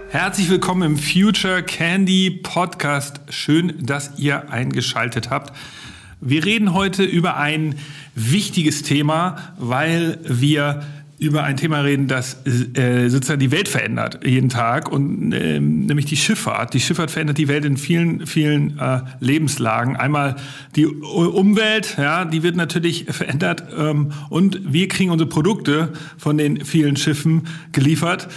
Herzlich willkommen im Future Candy Podcast. Schön, dass ihr eingeschaltet habt. Wir reden heute über ein wichtiges Thema, weil wir über ein Thema reden, das sozusagen die Welt verändert jeden Tag, und nämlich die Schifffahrt. Die Schifffahrt verändert die Welt in vielen Lebenslagen. Einmal die Umwelt, ja, die wird natürlich verändert, und wir kriegen unsere Produkte von den vielen Schiffen geliefert.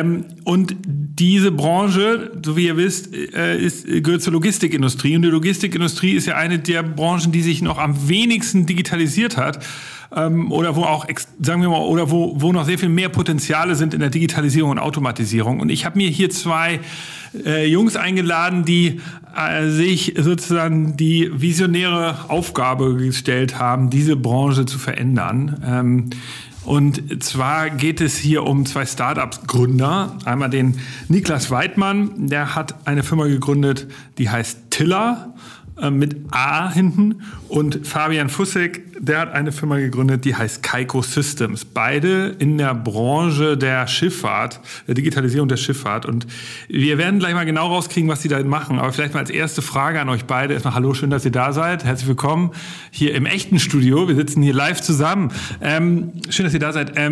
Und diese Branche, so wie ihr wisst, gehört zur Logistikindustrie. Und die Logistikindustrie ist ja eine der Branchen, die sich noch am wenigsten digitalisiert hat. Oder wo auch, sagen wir mal, oder wo noch sehr viel mehr Potenziale sind in der Digitalisierung und Automatisierung. Und ich habe mir hier zwei Jungs eingeladen, die sich sozusagen die visionäre Aufgabe gestellt haben, diese Branche zu verändern. Und zwar geht es hier um zwei Startup-Gründer. Einmal den Niklas Weidmann, der hat eine Firma gegründet, die heißt Tiller, mit A hinten, und Fabian Fussek, der hat eine Firma gegründet, die heißt Kaiko Systems. Beide in der Branche der Schifffahrt, der Digitalisierung der Schifffahrt. Und wir werden gleich mal genau rauskriegen, was die da machen. Aber vielleicht mal als erste Frage an euch beide. Erstmal hallo, schön, dass ihr da seid. Herzlich willkommen hier im echten Studio. Wir sitzen hier live zusammen. Schön, dass ihr da seid.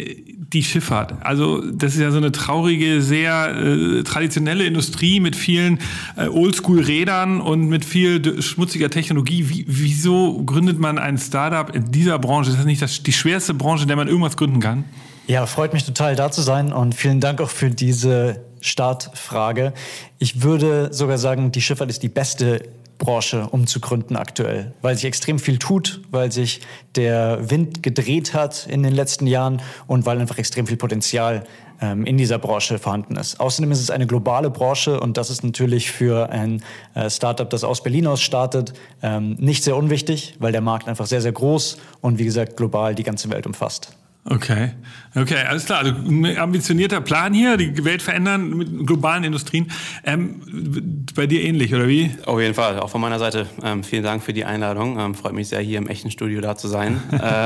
Die Schifffahrt, also das ist ja so eine traurige, sehr traditionelle Industrie mit vielen Oldschool-Rädern und mit viel schmutziger Technologie. Wieso gründet man ein Startup in dieser Branche? Ist das nicht die schwerste Branche, in der man irgendwas gründen kann? Ja, freut mich total, da zu sein, und vielen Dank auch für diese Startfrage. Ich würde sogar sagen, die Schifffahrt ist die beste Branche, um zu gründen aktuell, weil sich extrem viel tut, weil sich der Wind gedreht hat in den letzten Jahren und weil einfach extrem viel Potenzial in dieser Branche vorhanden ist. Außerdem ist es eine globale Branche, und das ist natürlich für ein Startup, das aus Berlin aus startet, nicht sehr unwichtig, weil der Markt einfach sehr, sehr groß und wie gesagt global die ganze Welt umfasst. Okay, alles klar. Also ein ambitionierter Plan hier, die Welt verändern mit globalen Industrien. Bei dir ähnlich, oder wie? Auf jeden Fall, auch von meiner Seite. Vielen Dank für die Einladung. Freut mich sehr, hier im echten Studio da zu sein.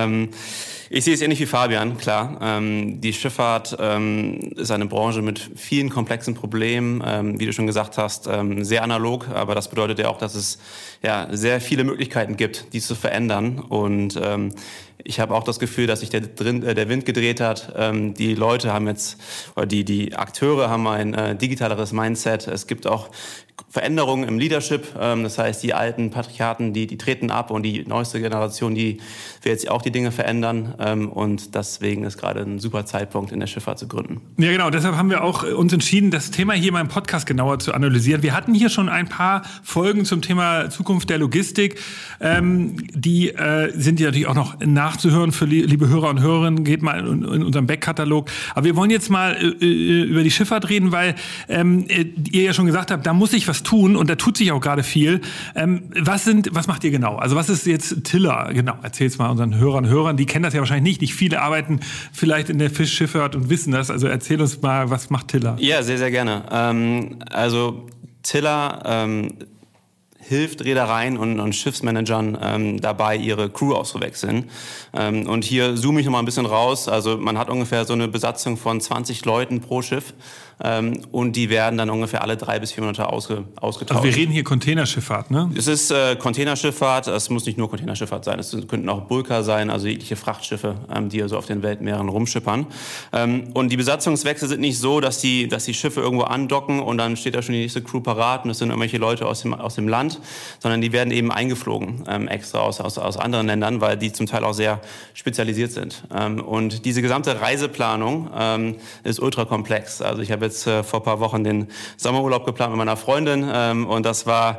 Ich sehe es ähnlich wie Fabian, klar. Die Schifffahrt ist eine Branche mit vielen komplexen Problemen, wie du schon gesagt hast, sehr analog, aber das bedeutet ja auch, dass es ja sehr viele Möglichkeiten gibt, dies zu verändern. Und ich habe auch das Gefühl, dass sich der Wind gedreht hat. Die Leute haben jetzt, oder die Akteure haben ein digitaleres Mindset. Es gibt auch Veränderungen im Leadership. Das heißt, die alten Patriarchen, die treten ab, und die neueste Generation, die will jetzt auch die Dinge verändern. Und deswegen ist gerade ein super Zeitpunkt, in der Schifffahrt zu gründen. Ja, genau. Deshalb haben wir auch uns entschieden, das Thema hier mal im Podcast genauer zu analysieren. Wir hatten hier schon ein paar Folgen zum Thema Zukunft der Logistik. Die sind ja natürlich auch noch nachzuhören für liebe Hörer und Hörerinnen. Geht mal in unserem Backkatalog. Aber wir wollen jetzt mal über die Schifffahrt reden, weil ihr ja schon gesagt habt, da muss sich was tun, und da tut sich auch gerade viel. Was macht ihr genau? Also was ist jetzt Tiller? Genau, erzähl's mal unseren Hörern. Die kennen das ja wahrscheinlich nicht. Nicht viele arbeiten vielleicht in der Fischschifffahrt und wissen das. Also erzähl uns mal, was macht Tiller? Ja, sehr, sehr gerne. Also Tiller hilft Reedereien und Schiffsmanagern dabei, ihre Crew auszuwechseln. Und hier zoome ich noch mal ein bisschen raus. Also man hat ungefähr so eine Besatzung von 20 Leuten pro Schiff. Und die werden dann ungefähr alle 3 bis 4 Monate ausgetauscht. Also wir reden hier Containerschifffahrt, ne? Es ist Containerschifffahrt. Es muss nicht nur Containerschifffahrt sein. Es könnten auch Bulker sein, also jegliche Frachtschiffe, die so auf den Weltmeeren rumschippern. Und die Besatzungswechsel sind nicht so, dass die Schiffe irgendwo andocken und dann steht da schon die nächste Crew parat und das sind irgendwelche Leute aus dem Land, sondern die werden eben eingeflogen, extra aus anderen Ländern, weil die zum Teil auch sehr spezialisiert sind. Und diese gesamte Reiseplanung ist ultra komplex. Also ich habe jetzt vor ein paar Wochen den Sommerurlaub geplant mit meiner Freundin und das fand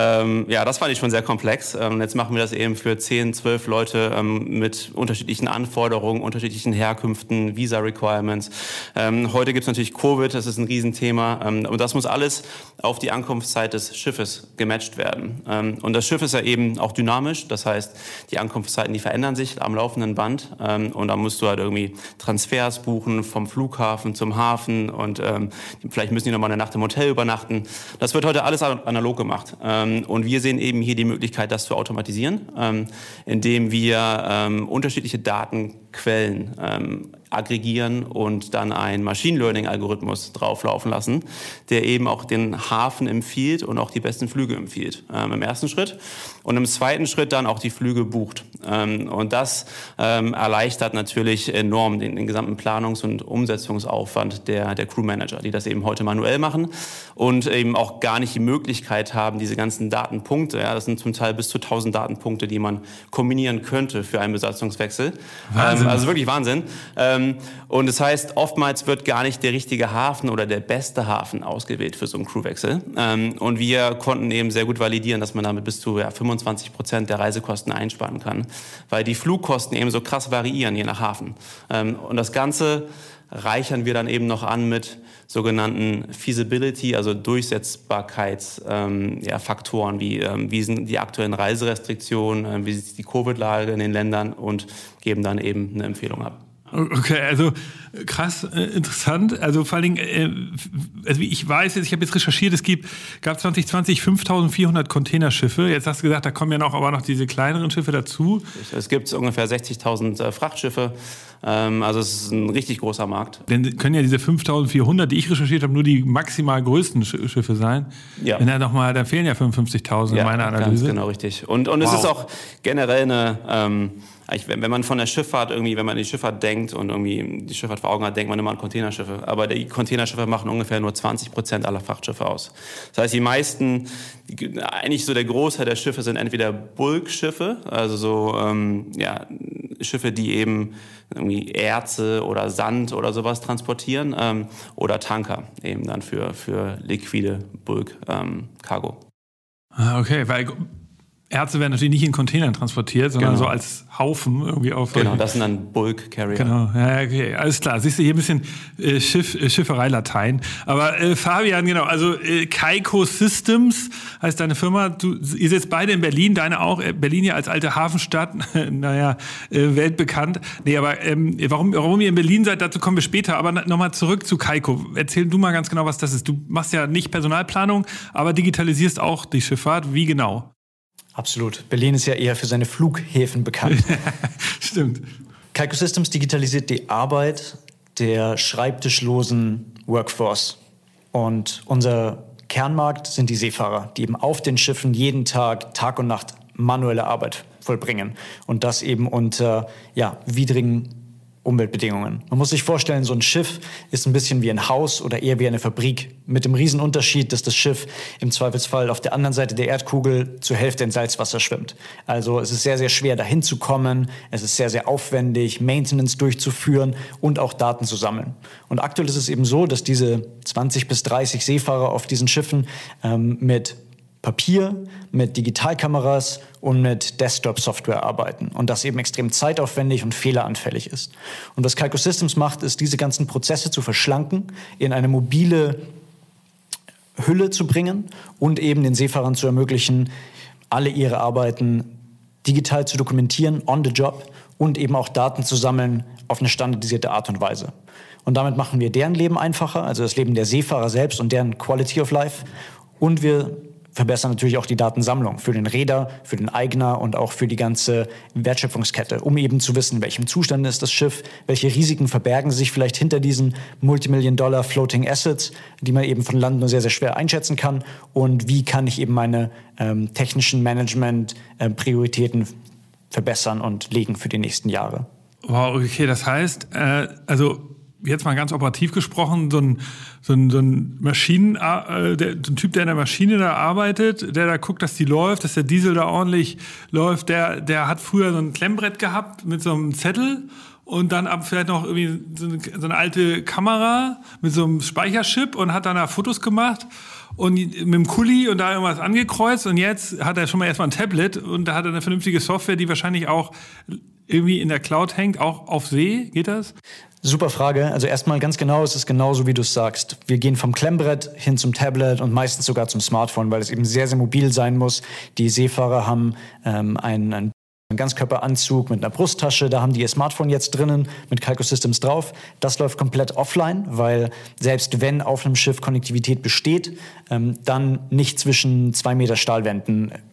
ich schon sehr komplex. Jetzt machen wir das eben für 10, 12 Leute mit unterschiedlichen Anforderungen, unterschiedlichen Herkünften, Visa-Requirements. Heute gibt es natürlich Covid, das ist ein Riesenthema und das muss alles auf die Ankunftszeit des Schiffes gematcht werden. Und das Schiff ist ja eben auch dynamisch, das heißt, die Ankunftszeiten, die verändern sich am laufenden Band und da musst du halt irgendwie Transfers buchen vom Flughafen zum Hafen und vielleicht müssen die nochmal eine Nacht im Hotel übernachten. Das wird heute alles analog gemacht. Und wir sehen eben hier die Möglichkeit, das zu automatisieren, indem wir unterschiedliche Datenquellen aggregieren und dann einen Machine Learning-Algorithmus drauflaufen lassen, der eben auch den Hafen empfiehlt und auch die besten Flüge empfiehlt im ersten Schritt. Und im zweiten Schritt dann auch die Flüge bucht. Und das erleichtert natürlich enorm den gesamten Planungs- und Umsetzungsaufwand der Crewmanager, die das eben heute manuell machen und eben auch gar nicht die Möglichkeit haben, diese ganzen Datenpunkte, ja, das sind zum Teil bis zu 1000 Datenpunkte, die man kombinieren könnte für einen Besatzungswechsel. Also wirklich Wahnsinn. Und das heißt, oftmals wird gar nicht der richtige Hafen oder der beste Hafen ausgewählt für so einen Crewwechsel. Und wir konnten eben sehr gut validieren, dass man damit bis zu 25% der Reisekosten einsparen kann, weil die Flugkosten eben so krass variieren, je nach Hafen. Und das Ganze reichern wir dann eben noch an mit sogenannten Feasibility, also Durchsetzbarkeitsfaktoren, wie sind die aktuellen Reiserestriktionen, wie ist die Covid-Lage in den Ländern und geben dann eben eine Empfehlung ab. Okay, also krass, interessant. Also vor allen Dingen, also wie ich weiß, ich habe jetzt recherchiert, gab 2020 5.400 Containerschiffe. Jetzt hast du gesagt, da kommen ja aber noch diese kleineren Schiffe dazu. Es gibt ungefähr 60.000 Frachtschiffe. Also es ist ein richtig großer Markt. Denn können ja diese 5.400, die ich recherchiert habe, nur die maximal größten Schiffe sein. Ja. Da fehlen ja 55.000 in meiner Analyse. Ganz genau, richtig. Und es ist auch generell eine... wenn man von der Schifffahrt wenn man an die Schifffahrt denkt und irgendwie die Schifffahrt vor Augen hat, denkt man immer an Containerschiffe. Aber die Containerschiffe machen ungefähr nur 20% aller Frachtschiffe aus. Das heißt, die meisten, eigentlich so der Großteil der Schiffe sind entweder Bulkschiffe, also so Schiffe, die eben irgendwie Erze oder Sand oder sowas transportieren, oder Tanker eben dann für liquide Bulk-Cargo. Okay, weil Erze werden natürlich nicht in Containern transportiert, sondern so als Haufen irgendwie auf. Genau, das sind dann Bulk Carrier. Genau, ja, okay, alles klar. Siehst du hier ein bisschen Schifferei-Latein. Aber Fabian, genau, also Kaiko Systems heißt deine Firma. Ihr sitzt beide in Berlin, deine auch. Berlin ja als alte Hafenstadt, weltbekannt. Nee, aber warum ihr in Berlin seid, dazu kommen wir später. Aber nochmal zurück zu Kaiko. Erzähl du mal ganz genau, was das ist. Du machst ja nicht Personalplanung, aber digitalisierst auch die Schifffahrt. Wie genau? Absolut. Berlin ist ja eher für seine Flughäfen bekannt. Stimmt. Kaiko Systems digitalisiert die Arbeit der schreibtischlosen Workforce. Und unser Kernmarkt sind die Seefahrer, die eben auf den Schiffen jeden Tag und Nacht manuelle Arbeit vollbringen. Und das eben unter widrigen Umweltbedingungen. Man muss sich vorstellen, so ein Schiff ist ein bisschen wie ein Haus oder eher wie eine Fabrik. Mit dem Riesenunterschied, dass das Schiff im Zweifelsfall auf der anderen Seite der Erdkugel zur Hälfte in Salzwasser schwimmt. Also es ist sehr, sehr schwer, dahin zu kommen. Es ist sehr, sehr aufwendig, Maintenance durchzuführen und auch Daten zu sammeln. Und aktuell ist es eben so, dass diese 20 bis 30 Seefahrer auf diesen Schiffen mit Papier, mit Digitalkameras und mit Desktop-Software arbeiten. Und das eben extrem zeitaufwendig und fehleranfällig ist. Und was Kaiko Systems macht, ist, diese ganzen Prozesse zu verschlanken, in eine mobile Hülle zu bringen und eben den Seefahrern zu ermöglichen, alle ihre Arbeiten digital zu dokumentieren, on the job, und eben auch Daten zu sammeln auf eine standardisierte Art und Weise. Und damit machen wir deren Leben einfacher, also das Leben der Seefahrer selbst und deren Quality of Life. Und wir verbessern natürlich auch die Datensammlung für den Reeder, für den Eigner und auch für die ganze Wertschöpfungskette, um eben zu wissen, in welchem Zustand ist das Schiff, welche Risiken verbergen sich vielleicht hinter diesen Multimillion-Dollar Floating Assets, die man eben von Land nur sehr, sehr schwer einschätzen kann, und wie kann ich eben meine technischen Management-Prioritäten verbessern und legen für die nächsten Jahre. Wow, okay, das heißt, jetzt mal ganz operativ gesprochen, so ein Typ, der in der Maschine da arbeitet, der da guckt, dass die läuft, dass der Diesel da ordentlich läuft, der hat früher so ein Klemmbrett gehabt mit so einem Zettel und dann vielleicht noch irgendwie so eine alte Kamera mit so einem Speicherchip und hat dann da Fotos gemacht und mit dem Kuli und da irgendwas angekreuzt, und jetzt hat er schon mal erstmal ein Tablet und da hat er eine vernünftige Software, die wahrscheinlich auch irgendwie in der Cloud hängt, auch auf See. Geht das? Super Frage. Also erstmal ganz genau, es ist genauso, wie du es sagst. Wir gehen vom Klemmbrett hin zum Tablet und meistens sogar zum Smartphone, weil es eben sehr, sehr mobil sein muss. Die Seefahrer haben einen Ganzkörperanzug mit einer Brusttasche, da haben die ihr Smartphone jetzt drinnen mit Kaiko Systems drauf. Das läuft komplett offline, weil selbst wenn auf einem Schiff Konnektivität besteht, dann nicht zwischen 2 Meter Stahlwänden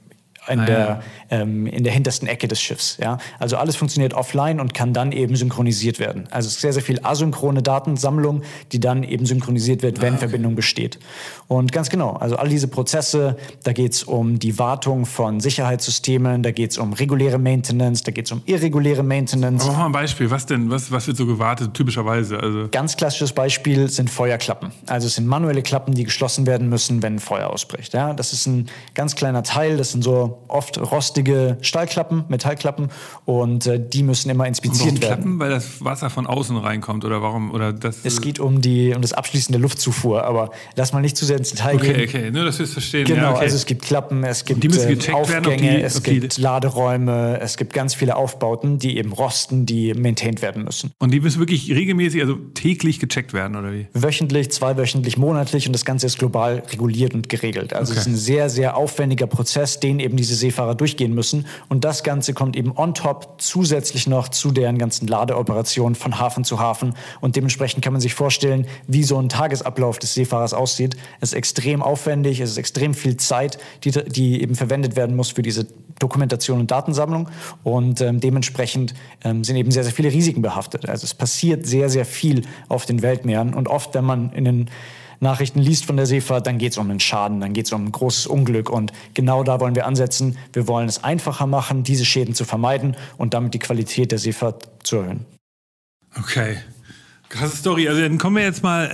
in der hintersten Ecke des Schiffs. Ja? Also alles funktioniert offline und kann dann eben synchronisiert werden. Also es ist sehr, sehr viel asynchrone Datensammlung, die dann eben synchronisiert wird, wenn Verbindung besteht. Und ganz genau, also all diese Prozesse, da geht es um die Wartung von Sicherheitssystemen, da geht es um reguläre Maintenance, da geht es um irreguläre Maintenance. Aber mach mal ein Beispiel, was denn? Was wird so gewartet, typischerweise? Also Ganz klassisches Beispiel sind Feuerklappen. Also es sind manuelle Klappen, die geschlossen werden müssen, wenn ein Feuer ausbricht. Ja, das ist ein ganz kleiner Teil, das sind so oft rostige Stahlklappen, Metallklappen und die müssen immer inspiziert werden. Klappen, weil das Wasser von außen reinkommt oder warum? Oder das es geht um das Abschließen der Luftzufuhr, aber lass mal nicht zu sehr ins Detail gehen. Okay, nur dass wir es verstehen. Genau, ja, okay. Also es gibt Klappen, es gibt die müssen gecheckt Aufgänge, werden, es gibt Laderäume, es gibt ganz viele Aufbauten, die eben rosten, die maintained werden müssen. Und die müssen wirklich regelmäßig, also täglich gecheckt werden, oder wie? Wöchentlich, zweiwöchentlich, monatlich und das Ganze ist global reguliert und geregelt. Also es ist ein sehr, sehr aufwendiger Prozess, den eben diese Seefahrer durchgehen müssen. Und das Ganze kommt eben on top zusätzlich noch zu deren ganzen Ladeoperationen von Hafen zu Hafen. Und dementsprechend kann man sich vorstellen, wie so ein Tagesablauf des Seefahrers aussieht. Es ist extrem aufwendig, es ist extrem viel Zeit, die eben verwendet werden muss für diese Dokumentation und Datensammlung. Und dementsprechend sind eben sehr, sehr viele Risiken behaftet. Also es passiert sehr, sehr viel auf den Weltmeeren. Und oft, wenn man in den Nachrichten liest von der Seefahrt, dann geht es um einen Schaden, dann geht es um ein großes Unglück. Und genau da wollen wir ansetzen. Wir wollen es einfacher machen, diese Schäden zu vermeiden und damit die Qualität der Seefahrt zu erhöhen. Okay. Krasse Story. Also dann kommen wir jetzt mal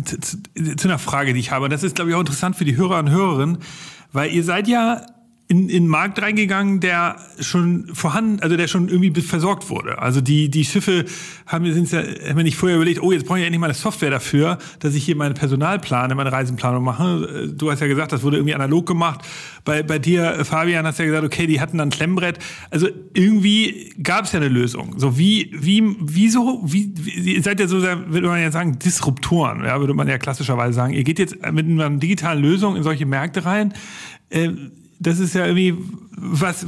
zu einer Frage, die ich habe. Und das ist, glaube ich, auch interessant für die Hörer und Hörerinnen, weil ihr seid ja in einen Markt reingegangen, der schon vorhanden, also der schon irgendwie versorgt wurde. Also die Schiffe haben wir nicht vorher überlegt, jetzt brauche ich endlich mal eine Software dafür, dass ich hier meine Personalplanung, meine Reisenplanung mache. Du hast ja gesagt, das wurde irgendwie analog gemacht. Bei dir, Fabian, hast ja gesagt, okay, die hatten dann ein Klemmbrett. Also irgendwie gab es ja eine Lösung. So wieso seid ihr so, würde man ja sagen, Disruptoren, ja, würde man ja klassischerweise sagen. Ihr geht jetzt mit einer digitalen Lösung in solche Märkte rein. Das ist ja irgendwie was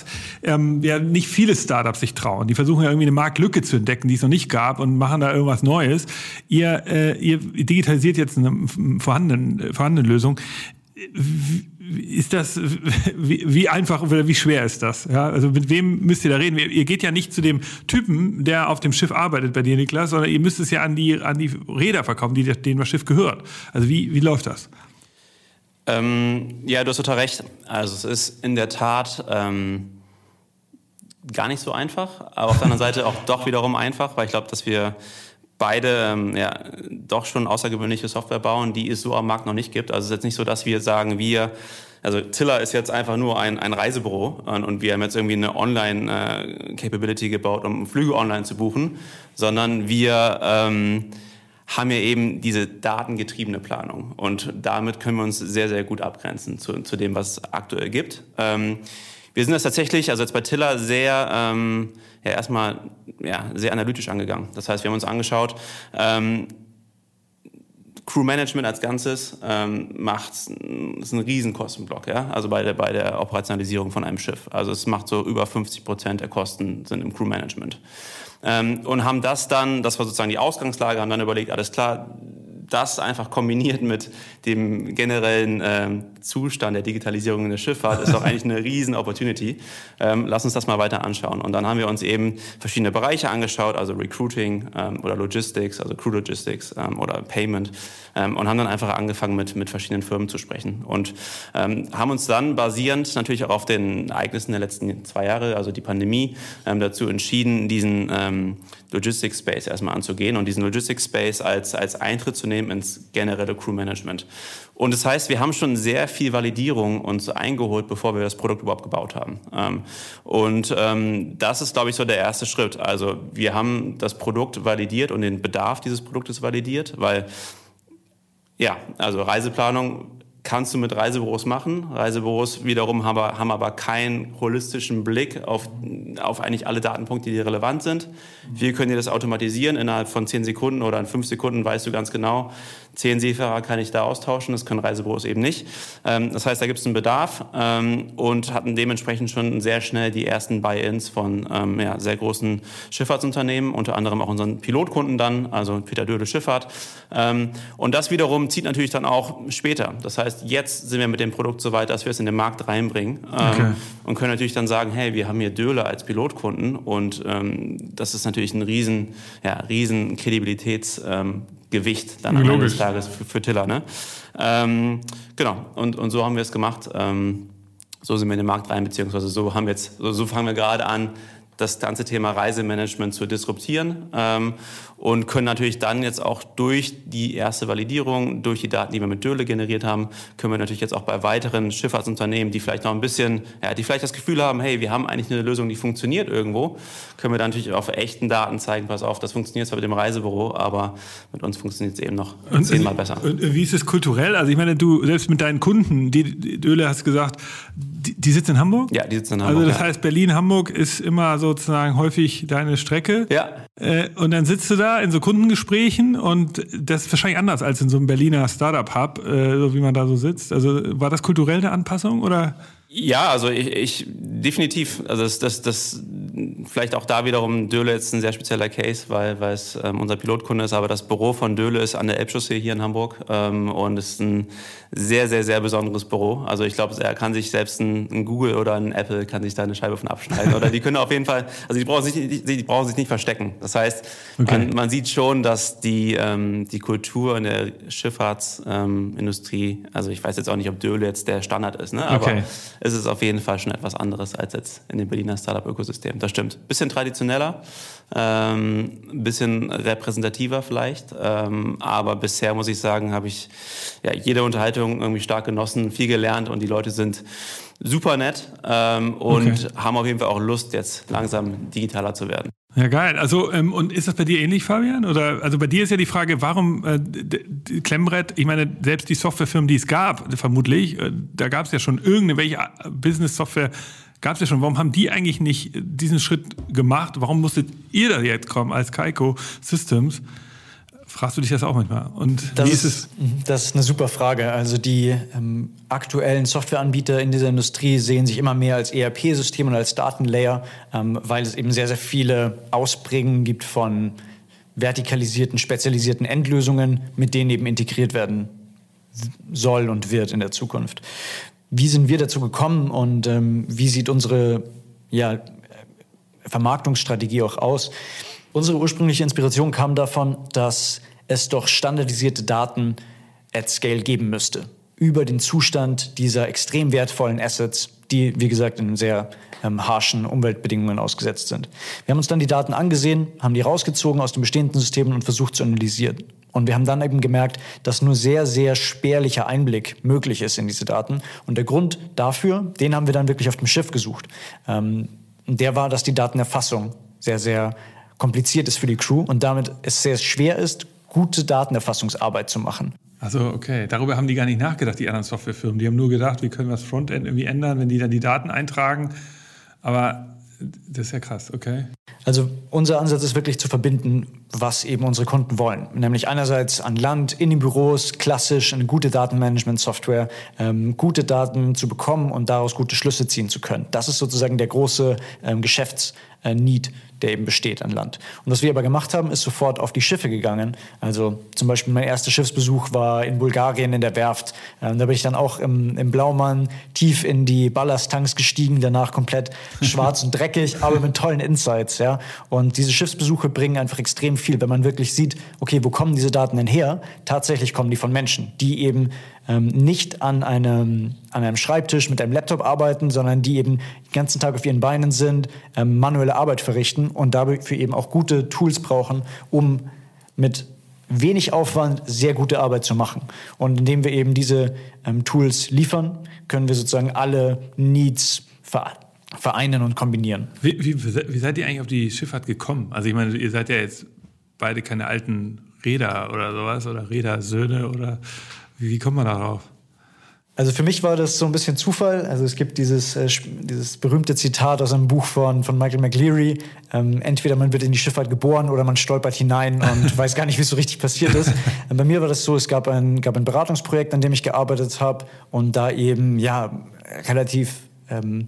ja nicht viele Startups sich trauen. Die versuchen ja irgendwie eine Marktlücke zu entdecken, die es noch nicht gab und machen da irgendwas Neues. Ihr digitalisiert jetzt eine vorhandene Lösung. Ist das, wie einfach oder wie schwer ist das? Ja, also mit wem müsst ihr da reden? Ihr geht ja nicht zu dem Typen, der auf dem Schiff arbeitet bei dir, Niklas, sondern ihr müsst es ja an die Reeder verkaufen, denen das Schiff gehört. Also wie läuft das? Ja, du hast total recht. Also es ist in der Tat gar nicht so einfach, aber auf der anderen Seite auch doch wiederum einfach, weil ich glaube, dass wir beide doch schon außergewöhnliche Software bauen, die es so am Markt noch nicht gibt. Also es ist jetzt nicht so, dass wir sagen, also Tiller ist jetzt einfach nur ein Reisebüro und wir haben jetzt irgendwie eine Online-Capability gebaut, um Flüge online zu buchen, sondern wir haben ja eben diese datengetriebene Planung. Und damit können wir uns sehr, sehr gut abgrenzen zu dem, was es aktuell gibt. Wir sind das tatsächlich, also jetzt bei Tiller, sehr sehr analytisch angegangen. Das heißt, wir haben uns angeschaut, Crewmanagement als Ganzes ist ein Riesenkostenblock, ja? Also bei der Operationalisierung von einem Schiff. Also es macht so über 50% der Kosten sind im Crewmanagement. Und haben das war sozusagen die Ausgangslage, haben dann überlegt, alles klar, das einfach kombiniert mit dem generellen Zustand der Digitalisierung in der Schifffahrt ist doch eigentlich eine riesen Opportunity. Lass uns das mal weiter anschauen. Und dann haben wir uns eben verschiedene Bereiche angeschaut, also Recruiting oder Logistics, also Crew Logistics oder Payment und haben dann einfach angefangen mit verschiedenen Firmen zu sprechen und haben uns dann basierend natürlich auch auf den Ereignissen der letzten 2 Jahre, also die Pandemie, dazu entschieden, diesen Logistics Space erstmal anzugehen und diesen Logistics Space als Eintritt zu nehmen ins generelle Crewmanagement. Und das heißt, wir haben schon sehr viel Validierung uns eingeholt, bevor wir das Produkt überhaupt gebaut haben. Das ist, glaube ich, so der erste Schritt. Also wir haben das Produkt validiert und den Bedarf dieses Produktes validiert, weil also Reiseplanung kannst du mit Reisebüros machen. Reisebüros wiederum haben aber keinen holistischen Blick auf eigentlich alle Datenpunkte, die relevant sind. Wir können dir das automatisieren. Innerhalb von 10 Sekunden oder in 5 Sekunden weißt du ganz genau, 10 Seefahrer kann ich da austauschen. Das können Reisebüros eben nicht. Das heißt, da gibt es einen Bedarf und hatten dementsprechend schon sehr schnell die ersten Buy-ins von sehr großen Schifffahrtsunternehmen, unter anderem auch unseren Pilotkunden dann, also Peter Dödel Schifffahrt. Und das wiederum zieht natürlich dann auch später. Das heißt, heißt, jetzt sind wir mit dem Produkt so weit, dass wir es in den Markt reinbringen und können natürlich dann sagen, hey, wir haben hier Döhle als Pilotkunden und das ist natürlich ein riesen Kredibilitätsgewicht dann am Ende des Tages für Tiller. Ne? Genau, und so haben wir es gemacht. So sind wir in den Markt rein, beziehungsweise so fangen wir gerade an, das ganze Thema Reisemanagement zu disruptieren und können natürlich dann jetzt auch durch die erste Validierung, durch die Daten, die wir mit Döhle generiert haben, können wir natürlich jetzt auch bei weiteren Schifffahrtsunternehmen, die vielleicht noch ein bisschen, die vielleicht das Gefühl haben, hey, wir haben eigentlich eine Lösung, die funktioniert irgendwo, können wir dann natürlich auf echten Daten zeigen, pass auf, das funktioniert zwar mit dem Reisebüro, aber mit uns funktioniert es eben noch 10-mal besser. Und wie ist es kulturell? Also ich meine, du selbst mit deinen Kunden, die Döhle hast gesagt, die sitzen in Hamburg? Ja, die sitzen in Hamburg. Also das heißt, Berlin-Hamburg ist immer sozusagen häufig deine Strecke. Ja. Und dann sitzt du da in so Kundengesprächen und das ist wahrscheinlich anders als in so einem Berliner Startup-Hub, so wie man da so sitzt. Also war das kulturell eine Anpassung oder? Ja, also ich definitiv. Also das vielleicht auch da wiederum Döhle jetzt ein sehr spezieller Case, weil es unser Pilotkunde ist, aber das Büro von Döhle ist an der Elbchaussee hier in Hamburg und ist ein sehr, sehr, sehr besonderes Büro. Also ich glaube, er kann sich selbst ein Google oder ein Apple kann sich da eine Scheibe von abschneiden oder die können auf jeden Fall, also die brauchen sich nicht verstecken. Das heißt, man sieht schon, dass die Kultur in der Schifffahrtsindustrie, also ich weiß jetzt auch nicht, ob Döhle jetzt der Standard ist, ne? Aber es ist auf jeden Fall schon etwas anderes als jetzt in dem Berliner Startup-Ökosystem. Das stimmt. Bisschen traditioneller, bisschen repräsentativer vielleicht, aber bisher muss ich sagen, habe ich jede Unterhaltung irgendwie stark genossen, viel gelernt und die Leute sind super nett und haben auf jeden Fall auch Lust, jetzt langsam digitaler zu werden. Ja, geil. Also, und ist das bei dir ähnlich, Fabian? Oder, also bei dir ist ja die Frage, warum Klemmbrett, ich meine, selbst die Softwarefirmen, die es gab, vermutlich, da gab es ja schon irgendwelche Business-Software, gab es ja schon. Warum haben die eigentlich nicht diesen Schritt gemacht? Warum musstet ihr da jetzt kommen als Kaiko Systems? Fragst du dich das auch manchmal? Und wie ist es? Das ist eine super Frage. Also die aktuellen Softwareanbieter in dieser Industrie sehen sich immer mehr als ERP-System und als Datenlayer, weil es eben sehr, sehr viele Ausprägungen gibt von vertikalisierten, spezialisierten Endlösungen, mit denen eben integriert werden soll und wird in der Zukunft. Wie sind wir dazu gekommen und wie sieht unsere Vermarktungsstrategie auch aus? Unsere ursprüngliche Inspiration kam davon, dass es doch standardisierte Daten at scale geben müsste über den Zustand dieser extrem wertvollen Assets, die, wie gesagt, in sehr harschen Umweltbedingungen ausgesetzt sind. Wir haben uns dann die Daten angesehen, haben die rausgezogen aus den bestehenden Systemen und versucht zu analysieren. Und wir haben dann eben gemerkt, dass nur sehr, sehr spärlicher Einblick möglich ist in diese Daten. Und der Grund dafür, den haben wir dann wirklich auf dem Schiff gesucht. Der war, dass die Datenerfassung sehr, sehr kompliziert ist für die Crew und damit es sehr schwer ist, gute Datenerfassungsarbeit zu machen. Also okay, darüber haben die gar nicht nachgedacht, die anderen Softwarefirmen. Die haben nur gedacht, wie können wir das Frontend irgendwie ändern, wenn die dann die Daten eintragen. Aber das ist ja krass, okay. Also unser Ansatz ist wirklich zu verbinden, was eben unsere Kunden wollen. Nämlich einerseits an Land, in den Büros, klassisch eine gute Datenmanagement-Software, gute Daten zu bekommen und daraus gute Schlüsse ziehen zu können. Das ist sozusagen der große Geschäftsneed, der eben besteht an Land. Und was wir aber gemacht haben, ist sofort auf die Schiffe gegangen. Also zum Beispiel mein erster Schiffsbesuch war in Bulgarien in der Werft. Da bin ich dann auch im Blaumann tief in die Ballasttanks gestiegen, danach komplett schwarz und dreckig, aber mit tollen Insights. Ja? Und diese Schiffsbesuche bringen einfach extrem viel, wenn man wirklich sieht, okay, wo kommen diese Daten denn her? Tatsächlich kommen die von Menschen, die eben nicht an einem Schreibtisch mit einem Laptop arbeiten, sondern die eben den ganzen Tag auf ihren Beinen sind, manuelle Arbeit verrichten und dafür eben auch gute Tools brauchen, um mit wenig Aufwand sehr gute Arbeit zu machen. Und indem wir eben diese Tools liefern, können wir sozusagen alle Needs vereinen und kombinieren. Wie seid ihr eigentlich auf die Schifffahrt gekommen? Also ich meine, ihr seid ja jetzt beide keine alten Räder oder sowas oder Rädersöhne oder wie kommt man darauf? Also für mich war das so ein bisschen Zufall. Also es gibt dieses berühmte Zitat aus einem Buch von Michael McLeary. Entweder man wird in die Schifffahrt geboren oder man stolpert hinein und weiß gar nicht, wie es so richtig passiert ist. Bei mir war das so, es gab ein Beratungsprojekt, an dem ich gearbeitet habe und da eben relativ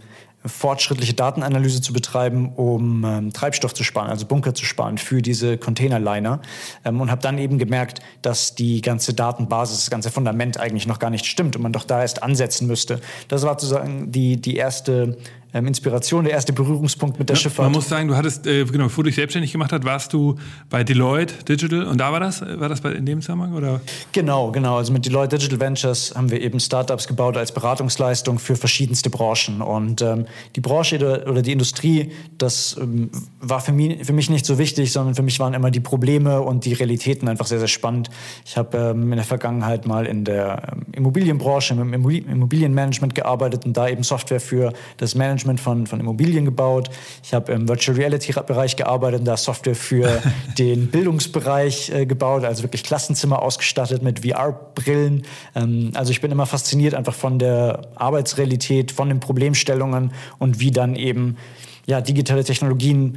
fortschrittliche Datenanalyse zu betreiben, um Treibstoff zu sparen, also Bunker zu sparen für diese Containerliner. Und habe dann eben gemerkt, dass die ganze Datenbasis, das ganze Fundament eigentlich noch gar nicht stimmt und man doch da erst ansetzen müsste. Das war sozusagen die erste Inspiration, der erste Berührungspunkt mit der Schifffahrt. Man muss sagen, du hattest, bevor du dich selbstständig gemacht hast, warst du bei Deloitte Digital und da war das in dem Zusammenhang? Oder? Genau. Also mit Deloitte Digital Ventures haben wir eben Startups gebaut als Beratungsleistung für verschiedenste Branchen. Und die Branche oder die Industrie, das war für mich nicht so wichtig, sondern für mich waren immer die Probleme und die Realitäten einfach sehr, sehr spannend. Ich habe in der Vergangenheit mal in der Immobilienbranche, im Immobilienmanagement gearbeitet und da eben Software für das Management von Immobilien gebaut. Ich habe im Virtual Reality Bereich gearbeitet und da Software für den Bildungsbereich gebaut, also wirklich Klassenzimmer ausgestattet mit VR-Brillen. Also ich bin immer fasziniert einfach von der Arbeitsrealität, von den Problemstellungen und wie dann eben digitale Technologien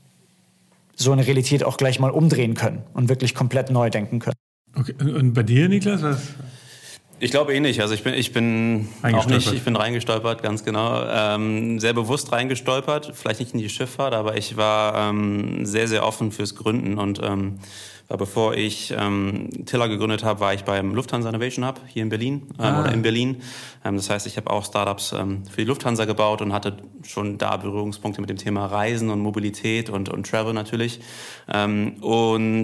so eine Realität auch gleich mal umdrehen können und wirklich komplett neu denken können. Okay. Und bei dir, Niklas, was? Ich glaube ähnlich. Also ich bin auch nicht, ich bin reingestolpert, ganz genau. Sehr bewusst reingestolpert, vielleicht nicht in die Schifffahrt, aber ich war sehr, sehr offen fürs Gründen und bevor ich Tiller gegründet habe, war ich beim Lufthansa Innovation Hub hier in Berlin oder in Berlin. Das heißt, ich habe auch Startups für die Lufthansa gebaut und hatte schon da Berührungspunkte mit dem Thema Reisen und Mobilität und Travel natürlich. Und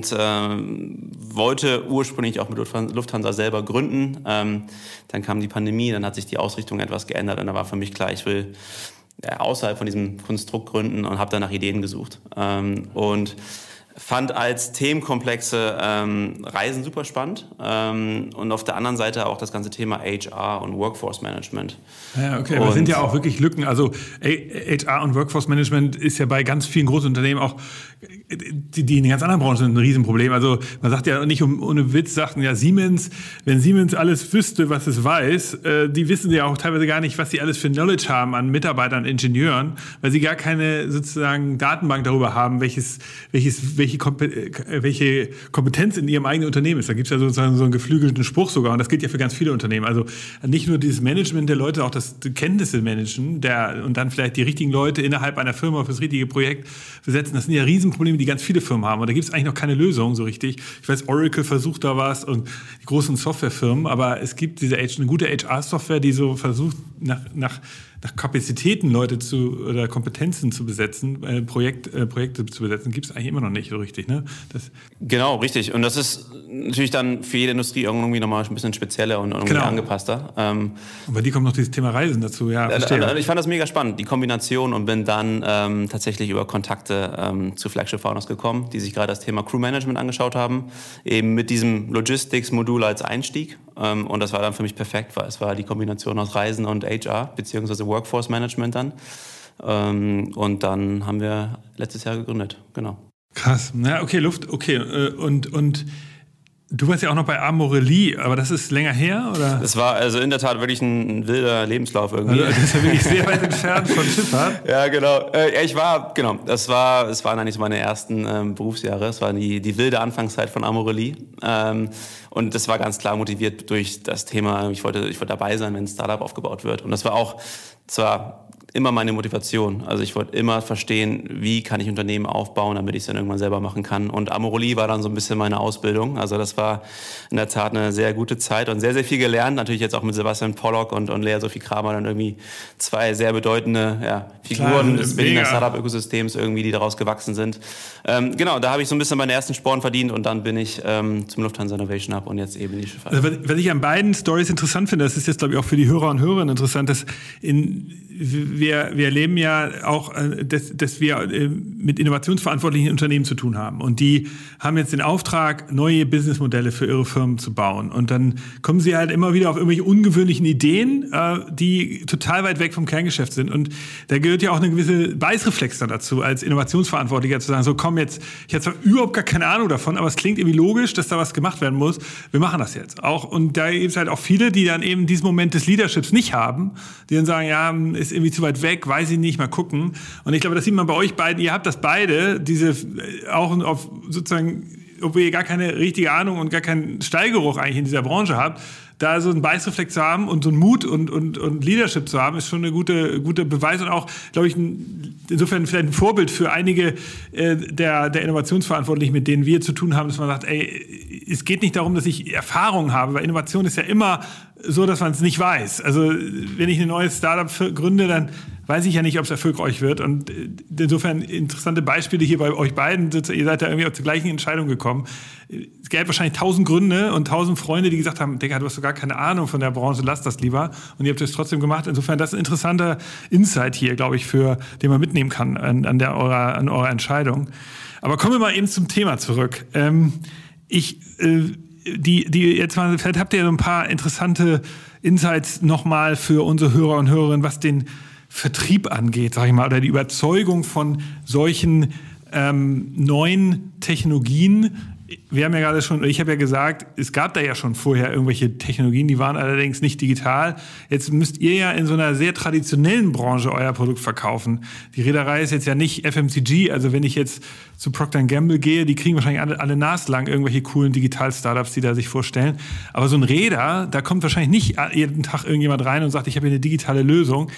wollte ursprünglich auch mit Lufthansa selber gründen. Dann kam die Pandemie, dann hat sich die Ausrichtung etwas geändert und da war für mich klar, ich will außerhalb von diesem Konstrukt gründen und habe dann nach Ideen gesucht. Und fand als Themenkomplexe Reisen super spannend und auf der anderen Seite auch das ganze Thema HR und Workforce Management. Ja, okay, aber es sind ja auch wirklich Lücken. Also HR und Workforce Management ist ja bei ganz vielen großen Unternehmen auch, die in ganz anderen Branchen sind, ein Riesenproblem. Also man sagt ja nicht ohne Witz, sagten ja Siemens, wenn Siemens alles wüsste, was es weiß, die wissen ja auch teilweise gar nicht, was sie alles für Knowledge haben an Mitarbeitern, Ingenieuren, weil sie gar keine sozusagen Datenbank darüber haben, welche Kompetenz in ihrem eigenen Unternehmen ist. Da gibt es ja sozusagen so einen geflügelten Spruch sogar und das gilt ja für ganz viele Unternehmen. Also nicht nur dieses Management der Leute, auch das Kenntnisse managen und dann vielleicht die richtigen Leute innerhalb einer Firma für das richtige Projekt besetzen. Das sind ja Riesenprobleme, die ganz viele Firmen haben und da gibt es eigentlich noch keine Lösung so richtig. Ich weiß, Oracle versucht da was und die großen Softwarefirmen, aber es gibt eine gute HR-Software, die so versucht, nach Kapazitäten Leute oder Kompetenzen zu besetzen, Projekte zu besetzen, gibt es eigentlich immer noch nicht so richtig, ne? Genau, richtig. Und das ist natürlich dann für jede Industrie irgendwie nochmal ein bisschen spezieller und irgendwie angepasster. Und bei dir kommt noch dieses Thema Reisen dazu, ja, verstehe. Ich fand das mega spannend, die Kombination, und bin dann tatsächlich über Kontakte zu Flagship Founders gekommen, die sich gerade das Thema Crew Management angeschaut haben, eben mit diesem Logistics-Modul als Einstieg. Und das war dann für mich perfekt, weil es war die Kombination aus Reisen und HR, beziehungsweise Workforce Management dann. Und dann haben wir letztes Jahr gegründet, genau. Krass, ja, okay, und du warst ja auch noch bei Amorelie, aber das ist länger her, oder? Das war also in der Tat wirklich ein wilder Lebenslauf irgendwie. Also das ist ja wirklich sehr weit entfernt von Schifffahrt. Ja, genau. Es waren eigentlich so meine ersten Berufsjahre. Es war die wilde Anfangszeit von Amorelie. Und das war ganz klar motiviert durch das Thema, ich wollte dabei sein, wenn ein Startup aufgebaut wird. Und das war immer meine Motivation. Also ich wollte immer verstehen, wie kann ich Unternehmen aufbauen, damit ich es dann irgendwann selber machen kann. Und Amorelie war dann so ein bisschen meine Ausbildung. Also das war in der Tat eine sehr gute Zeit und sehr, sehr viel gelernt. Natürlich jetzt auch mit Sebastian Pollock und Lea Sophie Kramer dann irgendwie zwei sehr bedeutende Figuren des Berliner Startup-Ökosystems irgendwie, die daraus gewachsen sind. Genau, da habe ich so ein bisschen meinen ersten Sporn verdient und dann bin ich zum Lufthansa Innovation Hub und jetzt eben in die Schifffahrt. Also, was ich an beiden Stories interessant finde, das ist jetzt, glaube ich, auch für die Hörer und Hörerinnen interessant, dass wir erleben ja auch, dass wir mit innovationsverantwortlichen Unternehmen zu tun haben. Und die haben jetzt den Auftrag, neue Businessmodelle für ihre Firmen zu bauen. Und dann kommen sie halt immer wieder auf irgendwelche ungewöhnlichen Ideen, die total weit weg vom Kerngeschäft sind. Und da gehört ja auch eine gewisse Beißreflex dann dazu, als Innovationsverantwortlicher zu sagen, so komm jetzt, ich habe zwar überhaupt gar keine Ahnung davon, aber es klingt irgendwie logisch, dass da was gemacht werden muss. Wir machen das jetzt auch. Und da gibt es halt auch viele, die dann eben diesen Moment des Leaderships nicht haben, die dann sagen, ja, ist irgendwie zu weit weg, weiß ich nicht, mal gucken. Und ich glaube, das sieht man bei euch beiden, ihr habt das beide, auch auf sozusagen, obwohl ihr gar keine richtige Ahnung und gar keinen Stallgeruch eigentlich in dieser Branche habt, da so einen Beißreflex zu haben und so einen Mut und Leadership zu haben, ist schon eine gute Beweis und auch, glaube ich, insofern vielleicht ein Vorbild für einige der Innovationsverantwortlichen, mit denen wir zu tun haben, dass man sagt, ey, es geht nicht darum, dass ich Erfahrung habe, weil Innovation ist ja immer so, dass man es nicht weiß. Also wenn ich ein neues Startup gründe, dann weiß ich ja nicht, ob es erfolgreich wird. Und insofern interessante Beispiele hier bei euch beiden. Ihr seid da irgendwie auch zur gleichen Entscheidung gekommen. Es gäbe wahrscheinlich 1000 Gründe und 1000 Freunde, die gesagt haben, Digga, du hast doch gar keine Ahnung von der Branche, lass das lieber. Und ihr habt es trotzdem gemacht. Insofern, das ist ein interessanter Insight hier, glaube ich, den man mitnehmen kann an eurer Entscheidung. Aber kommen wir mal eben zum Thema zurück. Jetzt mal, vielleicht habt ihr so ein paar interessante Insights nochmal für unsere Hörer und Hörerinnen, was den Vertrieb angeht, sag ich mal, oder die Überzeugung von solchen neuen Technologien. Wir haben ja gerade ich habe ja gesagt, es gab da ja schon vorher irgendwelche Technologien, die waren allerdings nicht digital. Jetzt müsst ihr ja in so einer sehr traditionellen Branche euer Produkt verkaufen. Die Reederei ist jetzt ja nicht FMCG, also wenn ich jetzt zu Procter & Gamble gehe, die kriegen wahrscheinlich alle naslang irgendwelche coolen Digital-Startups, die da sich vorstellen. Aber so ein Reeder, da kommt wahrscheinlich nicht jeden Tag irgendjemand rein und sagt, ich habe hier eine digitale Lösung.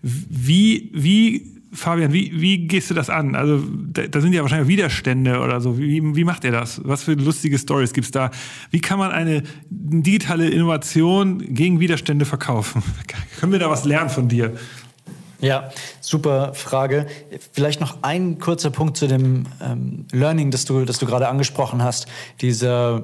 Fabian, wie gehst du das an? Also da sind ja wahrscheinlich Widerstände oder so. Wie macht ihr das? Was für lustige Stories gibt's da? Wie kann man eine digitale Innovation gegen Widerstände verkaufen? Können wir da was lernen von dir? Ja, super Frage. Vielleicht noch ein kurzer Punkt zu dem Learning, das du gerade angesprochen hast. Dieser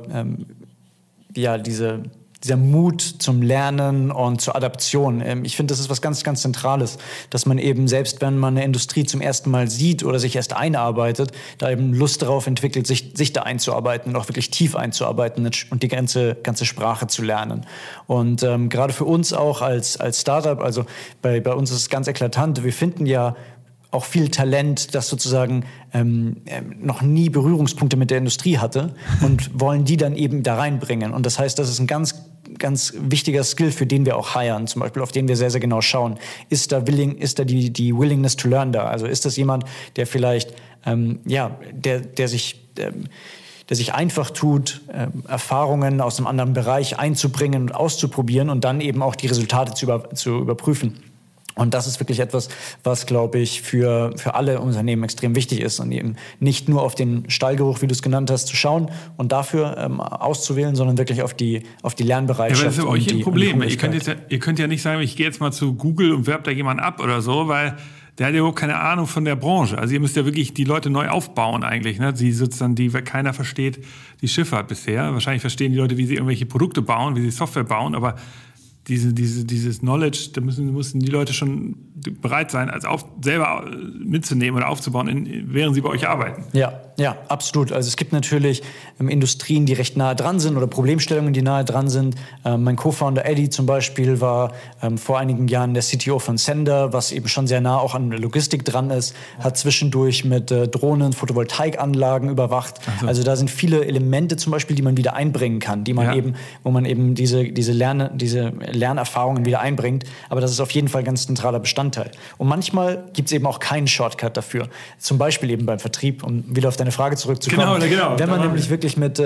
Mut zum Lernen und zur Adaption. Ich finde, das ist was ganz, ganz Zentrales, dass man eben, selbst wenn man eine Industrie zum ersten Mal sieht oder sich erst einarbeitet, da eben Lust darauf entwickelt, sich da einzuarbeiten und auch wirklich tief einzuarbeiten und die ganze Sprache zu lernen. Und gerade für uns auch als Startup, also bei uns ist es ganz eklatant, wir finden ja auch viel Talent, das sozusagen noch nie Berührungspunkte mit der Industrie hatte und wollen die dann eben da reinbringen. Und das heißt, das ist ein ganz, ganz wichtiger Skill, für den wir auch hiren, zum Beispiel, auf den wir sehr, sehr genau schauen. Ist da die Willingness to learn da? Also ist das jemand, der vielleicht, der sich einfach tut, Erfahrungen aus einem anderen Bereich einzubringen und auszuprobieren und dann eben auch die Resultate zu überprüfen. Und das ist wirklich etwas, was, glaube ich, für alle Unternehmen extrem wichtig ist. Und eben nicht nur auf den Stallgeruch, wie du es genannt hast, zu schauen und dafür auszuwählen, sondern wirklich auf die Lernbereitschaft. Ja, aber das ist für euch ein Problem. Ihr könnt ja nicht sagen, ich gehe jetzt mal zu Google und werbe da jemanden ab oder so, weil der hat ja überhaupt keine Ahnung von der Branche. Also ihr müsst ja wirklich die Leute neu aufbauen eigentlich. Ne? Keiner versteht die Schifffahrt bisher. Wahrscheinlich verstehen die Leute, wie sie irgendwelche Produkte bauen, wie sie Software bauen, aber dieses Knowledge, da müssen die Leute schon bereit sein, selber mitzunehmen oder aufzubauen, während sie bei euch arbeiten. Ja, absolut. Also es gibt natürlich Industrien, die recht nahe dran sind oder Problemstellungen, die nahe dran sind. Mein Co-Founder Eddie zum Beispiel war vor einigen Jahren der CTO von Sender, was eben schon sehr nah auch an der Logistik dran ist, hat zwischendurch mit Drohnen Photovoltaikanlagen überwacht. Also da sind viele Elemente zum Beispiel, die man wieder einbringen kann, wo man eben diese Lernerfahrungen wieder einbringt. Aber das ist auf jeden Fall ein ganz zentraler Bestandteil. Und manchmal gibt es eben auch keinen Shortcut dafür. Zum Beispiel eben beim Vertrieb, um wieder auf deine Frage zurückzukommen. Genau. Wenn man nämlich wirklich mit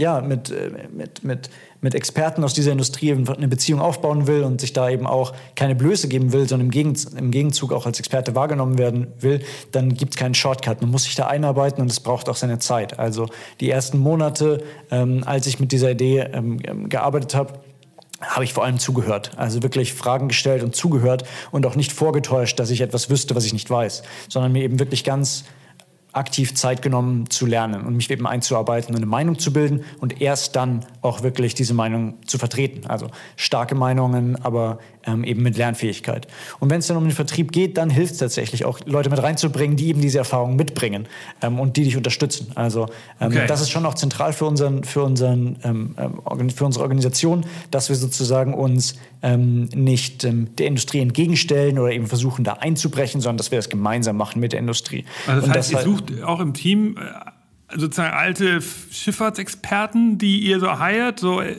Experten aus dieser Industrie eine Beziehung aufbauen will und sich da eben auch keine Blöße geben will, sondern im Gegenzug auch als Experte wahrgenommen werden will, dann gibt es keinen Shortcut. Man muss sich da einarbeiten und es braucht auch seine Zeit. Also die ersten Monate, als ich mit dieser Idee gearbeitet habe ich vor allem zugehört. Also wirklich Fragen gestellt und zugehört und auch nicht vorgetäuscht, dass ich etwas wüsste, was ich nicht weiß, sondern mir eben wirklich ganz aktiv Zeit genommen zu lernen und mich eben einzuarbeiten und eine Meinung zu bilden und erst dann auch wirklich diese Meinung zu vertreten. Also starke Meinungen, aber eben mit Lernfähigkeit. Und wenn es dann um den Vertrieb geht, dann hilft es tatsächlich auch, Leute mit reinzubringen, die eben diese Erfahrungen mitbringen und die dich unterstützen. Also das ist schon auch zentral für unsere Organisation, dass wir sozusagen uns nicht der Industrie entgegenstellen oder eben versuchen, da einzubrechen, sondern dass wir das gemeinsam machen mit der Industrie. Also das heißt, ihr sucht auch im Team sozusagen alte Schifffahrtsexperten, die ihr so hired, so